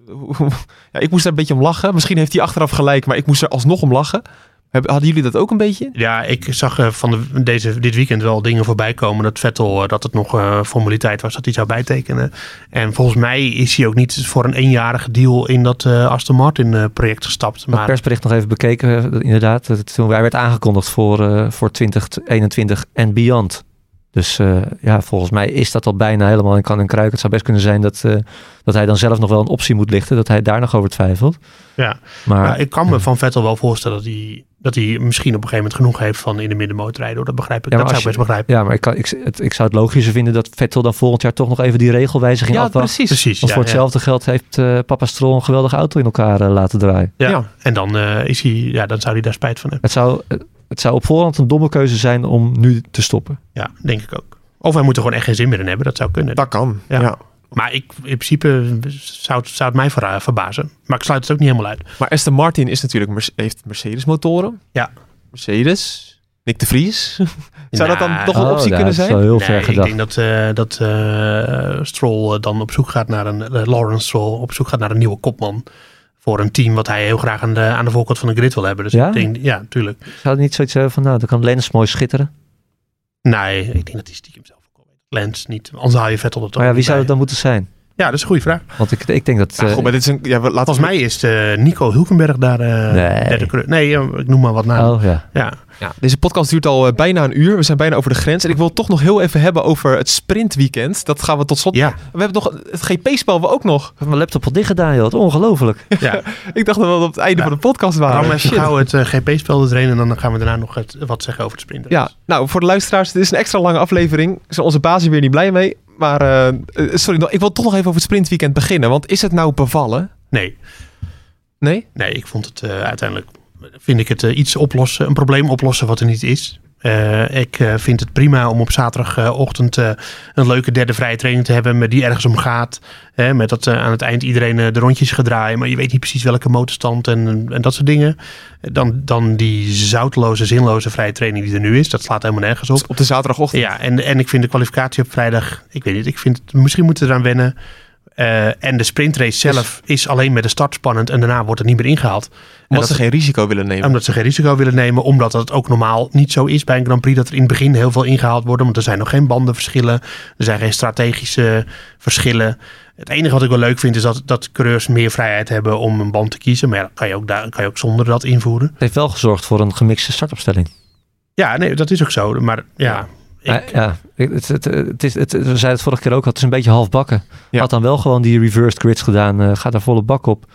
Ja, ik moest daar een beetje om lachen. Misschien heeft hij achteraf gelijk, maar ik moest er alsnog om lachen. Hadden jullie dat ook een beetje? Ja, ik zag dit weekend wel dingen voorbij komen. Dat Vettel, dat het nog formaliteit was dat hij zou bijtekenen. En volgens mij is hij ook niet voor een eenjarige deal in dat Aston Martin project gestapt. Maar het persbericht nog even bekeken, inderdaad. Hij werd aangekondigd voor 2021 en beyond. Dus volgens mij is dat al bijna helemaal in kan en kruik. Het zou best kunnen zijn dat hij dan zelf nog wel een optie moet lichten. Dat hij daar nog over twijfelt. Ja, maar ik kan me van Vettel wel voorstellen dat hij misschien op een gegeven moment genoeg heeft van in de middenmoot rijden. Dat begrijp ik. Ja, dat zou ik best begrijpen. Ja, maar ik zou het logischer vinden dat Vettel dan volgend jaar toch nog even die regelwijziging afwacht. Precies. Want voor hetzelfde geld heeft papa Stroll een geweldige auto in elkaar laten draaien. Ja. En dan dan zou hij daar spijt van hebben. Het zou op voorhand een domme keuze zijn om nu te stoppen. Ja, denk ik ook. Of hij moet er gewoon echt geen zin meer in hebben. Dat zou kunnen. Dat kan, ja. Maar in principe zou het mij verbazen. Maar ik sluit het ook niet helemaal uit. Maar Aston Martin is natuurlijk heeft Mercedes motoren. Ja. Mercedes. Nick de Vries. Zou dat dan nog een optie kunnen zijn? Dat is wel heel ver gedacht. Ik denk dat Stroll dan op zoek gaat naar Lawrence Stroll op zoek gaat naar een nieuwe kopman. Voor een team wat hij heel graag aan de voorkant van de grid wil hebben. Dus ik denk, ja, tuurlijk. Zou het niet zoiets hebben van, dan kan Lens mooi schitteren? Nee, ik denk dat hij stiekem zelf ook al weet. Lens niet, anders haal je Vettel er toch. Maar wie zou het dan moeten zijn? Ja, dat is een goede vraag. Want ik denk dat... maar dit is volgens mij is Nico Hülkenberg daar derde coureur. Nee, ik noem maar wat namen. Oh, ja. Ja, deze podcast duurt al bijna een uur. We zijn bijna over de grens. En ik wil toch nog heel even hebben over het sprintweekend. Dat gaan we tot slot. Ja. We hebben nog het GP-spel we ook nog. Ik heb mijn laptop al dicht gedaan, joh. Ongelooflijk. Ja. Ik dacht dat we op het einde van de podcast waren. Gaan we even gauw het GP-spel erin en dan gaan we daarna nog wat zeggen over het sprinten. Ja, nou voor de luisteraars, dit is een extra lange aflevering. Is onze baas hier weer niet blij mee. Maar sorry, ik wil toch nog even over het sprintweekend beginnen. Want is het nou bevallen? Nee? Nee, ik vond het uiteindelijk... Vind ik het een probleem oplossen wat er niet is. Ik vind het prima om op zaterdagochtend een leuke derde vrije training te hebben die ergens om gaat. Met dat aan het eind iedereen de rondjes gaat draaien, maar je weet niet precies welke motorstand en dat soort dingen. Dan die zoutloze, zinloze vrije training die er nu is, dat slaat helemaal nergens op. Op de zaterdagochtend? Ja, en ik vind de kwalificatie op vrijdag, ik weet niet, misschien moeten we eraan wennen. En de sprintrace zelf is alleen met de start spannend en daarna wordt het niet meer ingehaald. Omdat ze geen risico willen nemen. Omdat ze geen risico willen nemen, omdat het ook normaal niet zo is bij een Grand Prix dat er in het begin heel veel ingehaald wordt. Want er zijn nog geen bandenverschillen, er zijn geen strategische verschillen. Het enige wat ik wel leuk vind is dat coureurs meer vrijheid hebben om een band te kiezen. Maar ja, kan je ook zonder dat invoeren. Het heeft wel gezorgd voor een gemixte startopstelling. Ja, nee, dat is ook zo. Maar ja, We zeiden het vorige keer ook, het is een beetje halfbakken. Ja. Had dan wel gewoon die reversed grids gedaan. Gaat er volle bak op.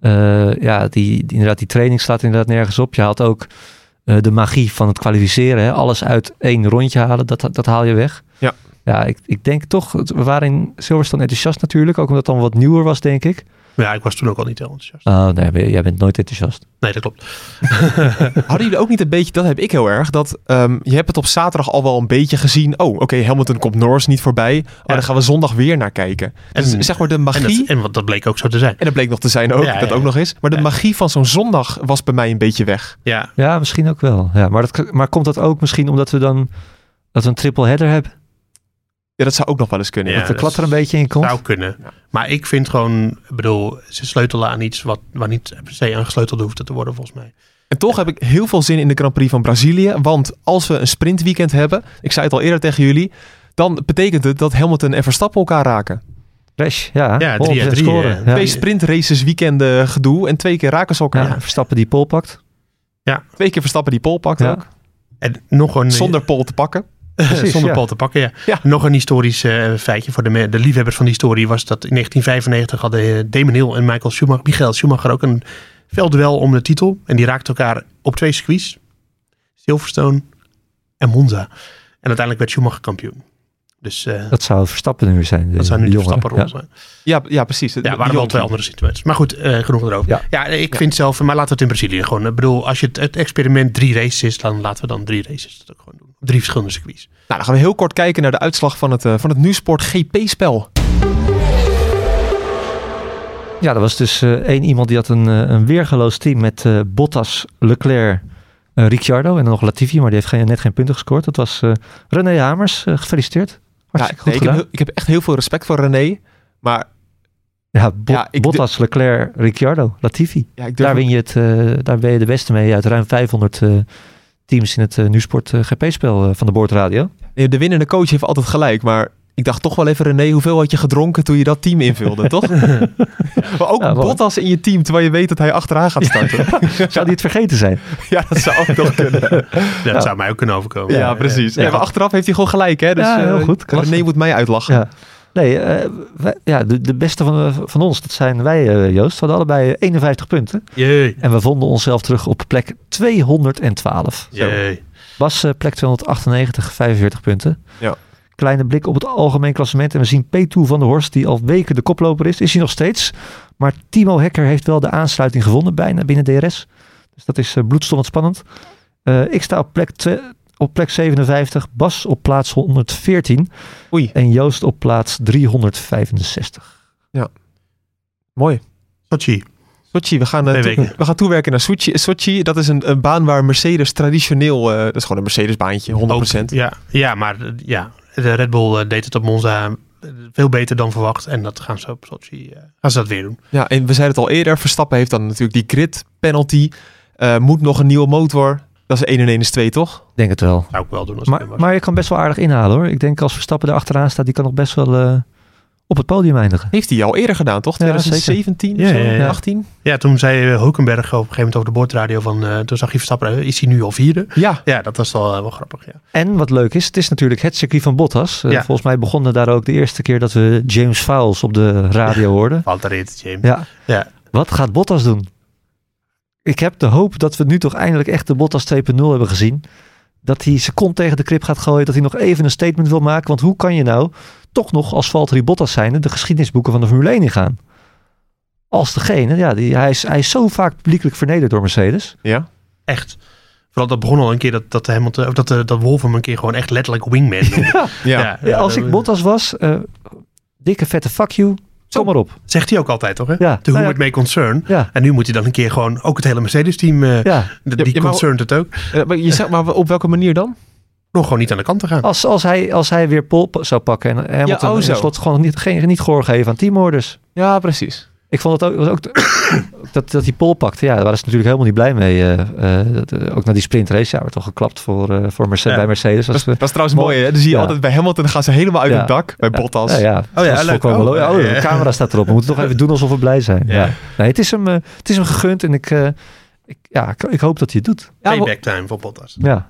Die training staat inderdaad nergens op. Je haalt ook de magie van het kwalificeren. Hè? Alles uit 1 rondje halen, dat haal je weg. Ja. Ja, ik denk toch, we waren in Silverstone enthousiast natuurlijk. Ook omdat het dan wat nieuwer was, denk ik. Ja, ik was toen ook al niet heel enthousiast. Oh nee, jij bent nooit enthousiast. Nee, dat klopt. Hadden jullie ook niet een beetje, dat heb ik heel erg, dat je hebt het op zaterdag al wel een beetje gezien. Oh, oké, Hamilton komt Norris niet voorbij. Daar gaan we zondag weer naar kijken. En, Dus zeg maar de magie... En dat bleek ook zo te zijn. En dat bleek nog te zijn ook, dat ook nog is. Maar de magie van zo'n zondag was bij mij een beetje weg. Ja, misschien ook wel. Ja, maar komt dat ook misschien omdat we een triple header hebben? Ja, dat zou ook nog wel eens kunnen. Ja, dat de klad er een beetje in komt. Zou kunnen. Ja. Maar ik vind gewoon, ze sleutelen aan iets waar niet per se aan gesleuteld hoeft te worden volgens mij. En toch heb ik heel veel zin in de Grand Prix van Brazilië. Want als we een sprintweekend hebben, ik zei het al eerder tegen jullie, dan betekent het dat Hamilton en Verstappen elkaar raken. Crash, ja. 3-3 scoren. 2 sprintraces weekenden gedoe en 2 keer raken ze elkaar. Ja, Verstappen die pole pakt. Ja. 2 keer Verstappen die pole pakt ook. En nog een... Zonder pole te pakken. Precies, zonder pole te pakken, ja. Nog een historisch feitje voor de liefhebbers van die historie was dat in 1995 hadden Damon Hill en Michael Schumacher ook een veldduel om de titel. En die raakten elkaar op 2 circuits. Silverstone en Monza. En uiteindelijk werd Schumacher kampioen. Dus, dat zou Verstappen nu zijn. Dat zou nu de Verstappen zijn. Ja, precies. Ja, waren wel 2 andere situaties. Maar goed, genoeg erover. Ja, ik vind zelf, maar laten we het in Brazilië gewoon. Ik bedoel, als het experiment 3 races is, dan laten we dan 3 races dat ook gewoon doen. Op 3 verschillende circuits. Nou, dan gaan we heel kort kijken naar de uitslag van het NuSport GP-spel. Ja, er was dus één iemand die had een weergeloos team met Bottas, Leclerc, Ricciardo en dan nog Latifi, maar die heeft net geen punten gescoord. Dat was René Hamers. Gefeliciteerd. Ik heb echt heel veel respect voor René, maar... Bottas, Leclerc, Ricciardo, Latifi. Ja, daar ben je de beste mee uit ruim 500 teams in het NuSport GP-spel van de boordradio. De winnende coach heeft altijd gelijk, maar ik dacht toch wel even, René, hoeveel had je gedronken toen je dat team invulde, toch? Maar ook Bottas in je team, terwijl je weet dat hij achteraan gaat starten. Zou die het vergeten zijn? Ja, dat zou ook nog kunnen. Dat zou mij ook kunnen overkomen. Ja, precies. Maar achteraf heeft hij gewoon gelijk, hè? Dus heel goed. René moet mij uitlachen. Ja. Nee, de beste van ons, dat zijn wij, Joost. We hadden allebei 51 punten. Jee. En we vonden onszelf terug op plek 212. Jee. Bas, plek 298, 45 punten. Ja. Kleine blik op het algemeen klassement. En we zien P2 van der Horst, die al weken de koploper is. Is hij nog steeds. Maar Timo Hekker heeft wel de aansluiting gevonden, bijna binnen DRS. Dus dat is bloedstollend spannend. Ik sta op plek 57. Bas op plaats 114. Oei. En Joost op plaats 365. Ja. Mooi. Sochi, we gaan toewerken naar Sochi. Dat is een baan waar Mercedes traditioneel... dat is gewoon een Mercedes-baantje, 100%. Ja, maar de Red Bull deed het op Monza veel beter dan verwacht. En dat gaan ze op Sochi gaan ze dat weer doen. Ja, en we zeiden het al eerder. Verstappen heeft dan natuurlijk die grid penalty. Moet nog een nieuwe motor. Dat is 1 en 1 is 2, toch? Ik denk het wel. Zou ik wel doen. Maar je kan best wel aardig inhalen, hoor. Ik denk als Verstappen er achteraan staat, die kan nog best wel op het podium eindigen. Heeft hij al eerder gedaan, toch? 2017 of zo? 18? Ja, toen zei Hulkenberg op een gegeven moment over de boordradio van... toen zag je Verstappen, is hij nu al 4e? Ja, dat was wel grappig, ja. En wat leuk is, het is natuurlijk het circuit van Bottas. Volgens mij begonnen daar ook de eerste keer dat we James Vowles op de radio hoorden. Valtteri, James. Ja. Wat gaat Bottas doen? Ik heb de hoop dat we nu toch eindelijk echt de Bottas 2.0 hebben gezien. Dat hij zijn kont tegen de krip gaat gooien. Dat hij nog even een statement wil maken. Want hoe kan je nou toch nog als Valtteri Bottas zijnde de geschiedenisboeken van de Formule 1 ingaan? Als degene, hij is zo vaak publiekelijk vernederd door Mercedes. Ja. Echt. Vooral dat begon al een keer dat Wolf hem een keer gewoon echt letterlijk wingman noemde. Ja. Als ik Bottas was, dikke vette fuck you. Kom maar op. Zegt hij ook altijd, toch? Hè? Ja. To whom it may concern. Ja. En nu moet hij dan een keer gewoon ook het hele Mercedes-team. Die concerned het ook. Maar op welke manier dan? Nog gewoon niet aan de kant te gaan. Als hij weer pole zou pakken en Hamilton in slot gewoon niet gehoor geven aan teamorders. Ja, precies. Ik vond het ook dat hij pole pakte. Ja, daar waren ze natuurlijk helemaal niet blij mee. Ook na die sprintrace, werd toch geklapt voor Mercedes, bij Mercedes. Dat is trouwens mooi, hè? Dan zie je altijd bij Hamilton gaan ze helemaal uit het dak. Bij Bottas. Leuk. De camera staat erop. We moeten toch even doen alsof we blij zijn. Ja. Nee, het is hem gegund en ik hoop dat hij het doet. Payback time voor Bottas. Ja.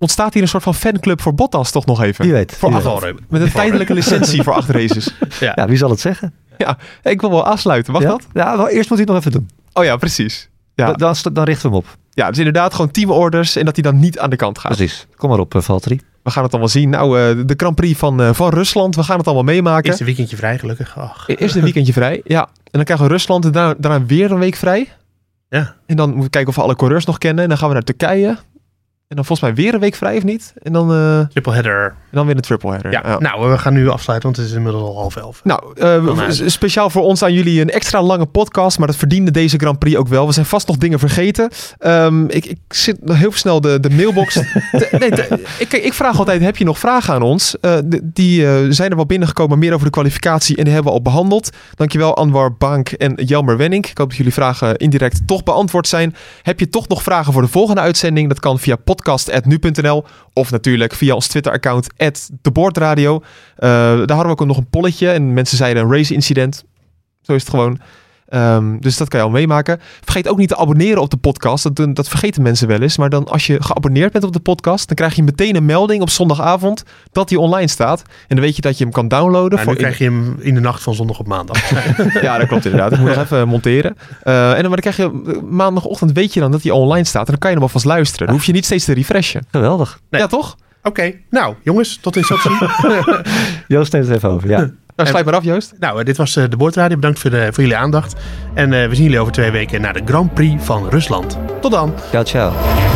ontstaat hier een soort van fanclub voor Bottas toch nog even. Wie weet. Voor Wie 8 weet. met een tijdelijke licentie voor 8 races. Ja, wie zal het zeggen? Ja, ik wil wel afsluiten. Mag Ja? dat? Ja, wel, eerst moet hij het nog even doen. Oh ja, precies. Ja. Dan richten we hem op. Ja, dus inderdaad gewoon teamorders en dat hij dan niet aan de kant gaat. Precies. Kom maar op, Valtteri. We gaan het allemaal zien. Nou, de Grand Prix van Rusland. We gaan het allemaal meemaken. Eerste weekendje vrij, gelukkig. Ach. Eerst een weekendje vrij. Ja. En dan krijgen we Rusland en daarna weer een week vrij. Ja. En dan moeten we kijken of we alle coureurs nog kennen. En dan gaan we naar Turkije. En dan volgens mij weer een week vrij, of niet? En dan, Triple header. en dan weer een triple header. Ja. Nou, we gaan nu afsluiten, want het is inmiddels al 11:30. Nou, speciaal voor ons aan jullie een extra lange podcast, maar dat verdiende deze Grand Prix ook wel. We zijn vast nog dingen vergeten. Ik zit heel snel de mailbox. Ik vraag altijd, heb je nog vragen aan ons? Die zijn er wel binnengekomen, meer over de kwalificatie en die hebben we al behandeld. Dankjewel Anwar Bank en Jelmer Wenning. Ik hoop dat jullie vragen indirect toch beantwoord zijn. Heb je toch nog vragen voor de volgende uitzending? Dat kan via podcast@nu.nl of natuurlijk via ons Twitter-account @deboordradio. Daar hadden we ook nog een polletje en mensen zeiden een race incident. Zo is het gewoon. Dus dat kan je al meemaken. Vergeet ook niet te abonneren op de podcast. Dat vergeten mensen wel eens. Maar dan als je geabonneerd bent op de podcast, dan krijg je meteen een melding op zondagavond dat die online staat. En dan weet je dat je hem kan downloaden. Nu krijg je hem in de nacht van zondag op maandag. Ja, dat klopt inderdaad. Ik moet nog even monteren. Maar dan krijg je maandagochtend weet je dan dat hij online staat. En dan kan je hem alvast luisteren. Dan hoef je niet steeds te refreshen. Geweldig. Nee. Ja, toch? Oké, nou jongens, tot in ziens. Joost neemt het even over, ja. Nou, sluit maar af, Joost. Nou, dit was de Boordradio. Bedankt voor jullie aandacht. En we zien jullie over 2 weken naar de Grand Prix van Rusland. Tot dan. Ciao, ciao.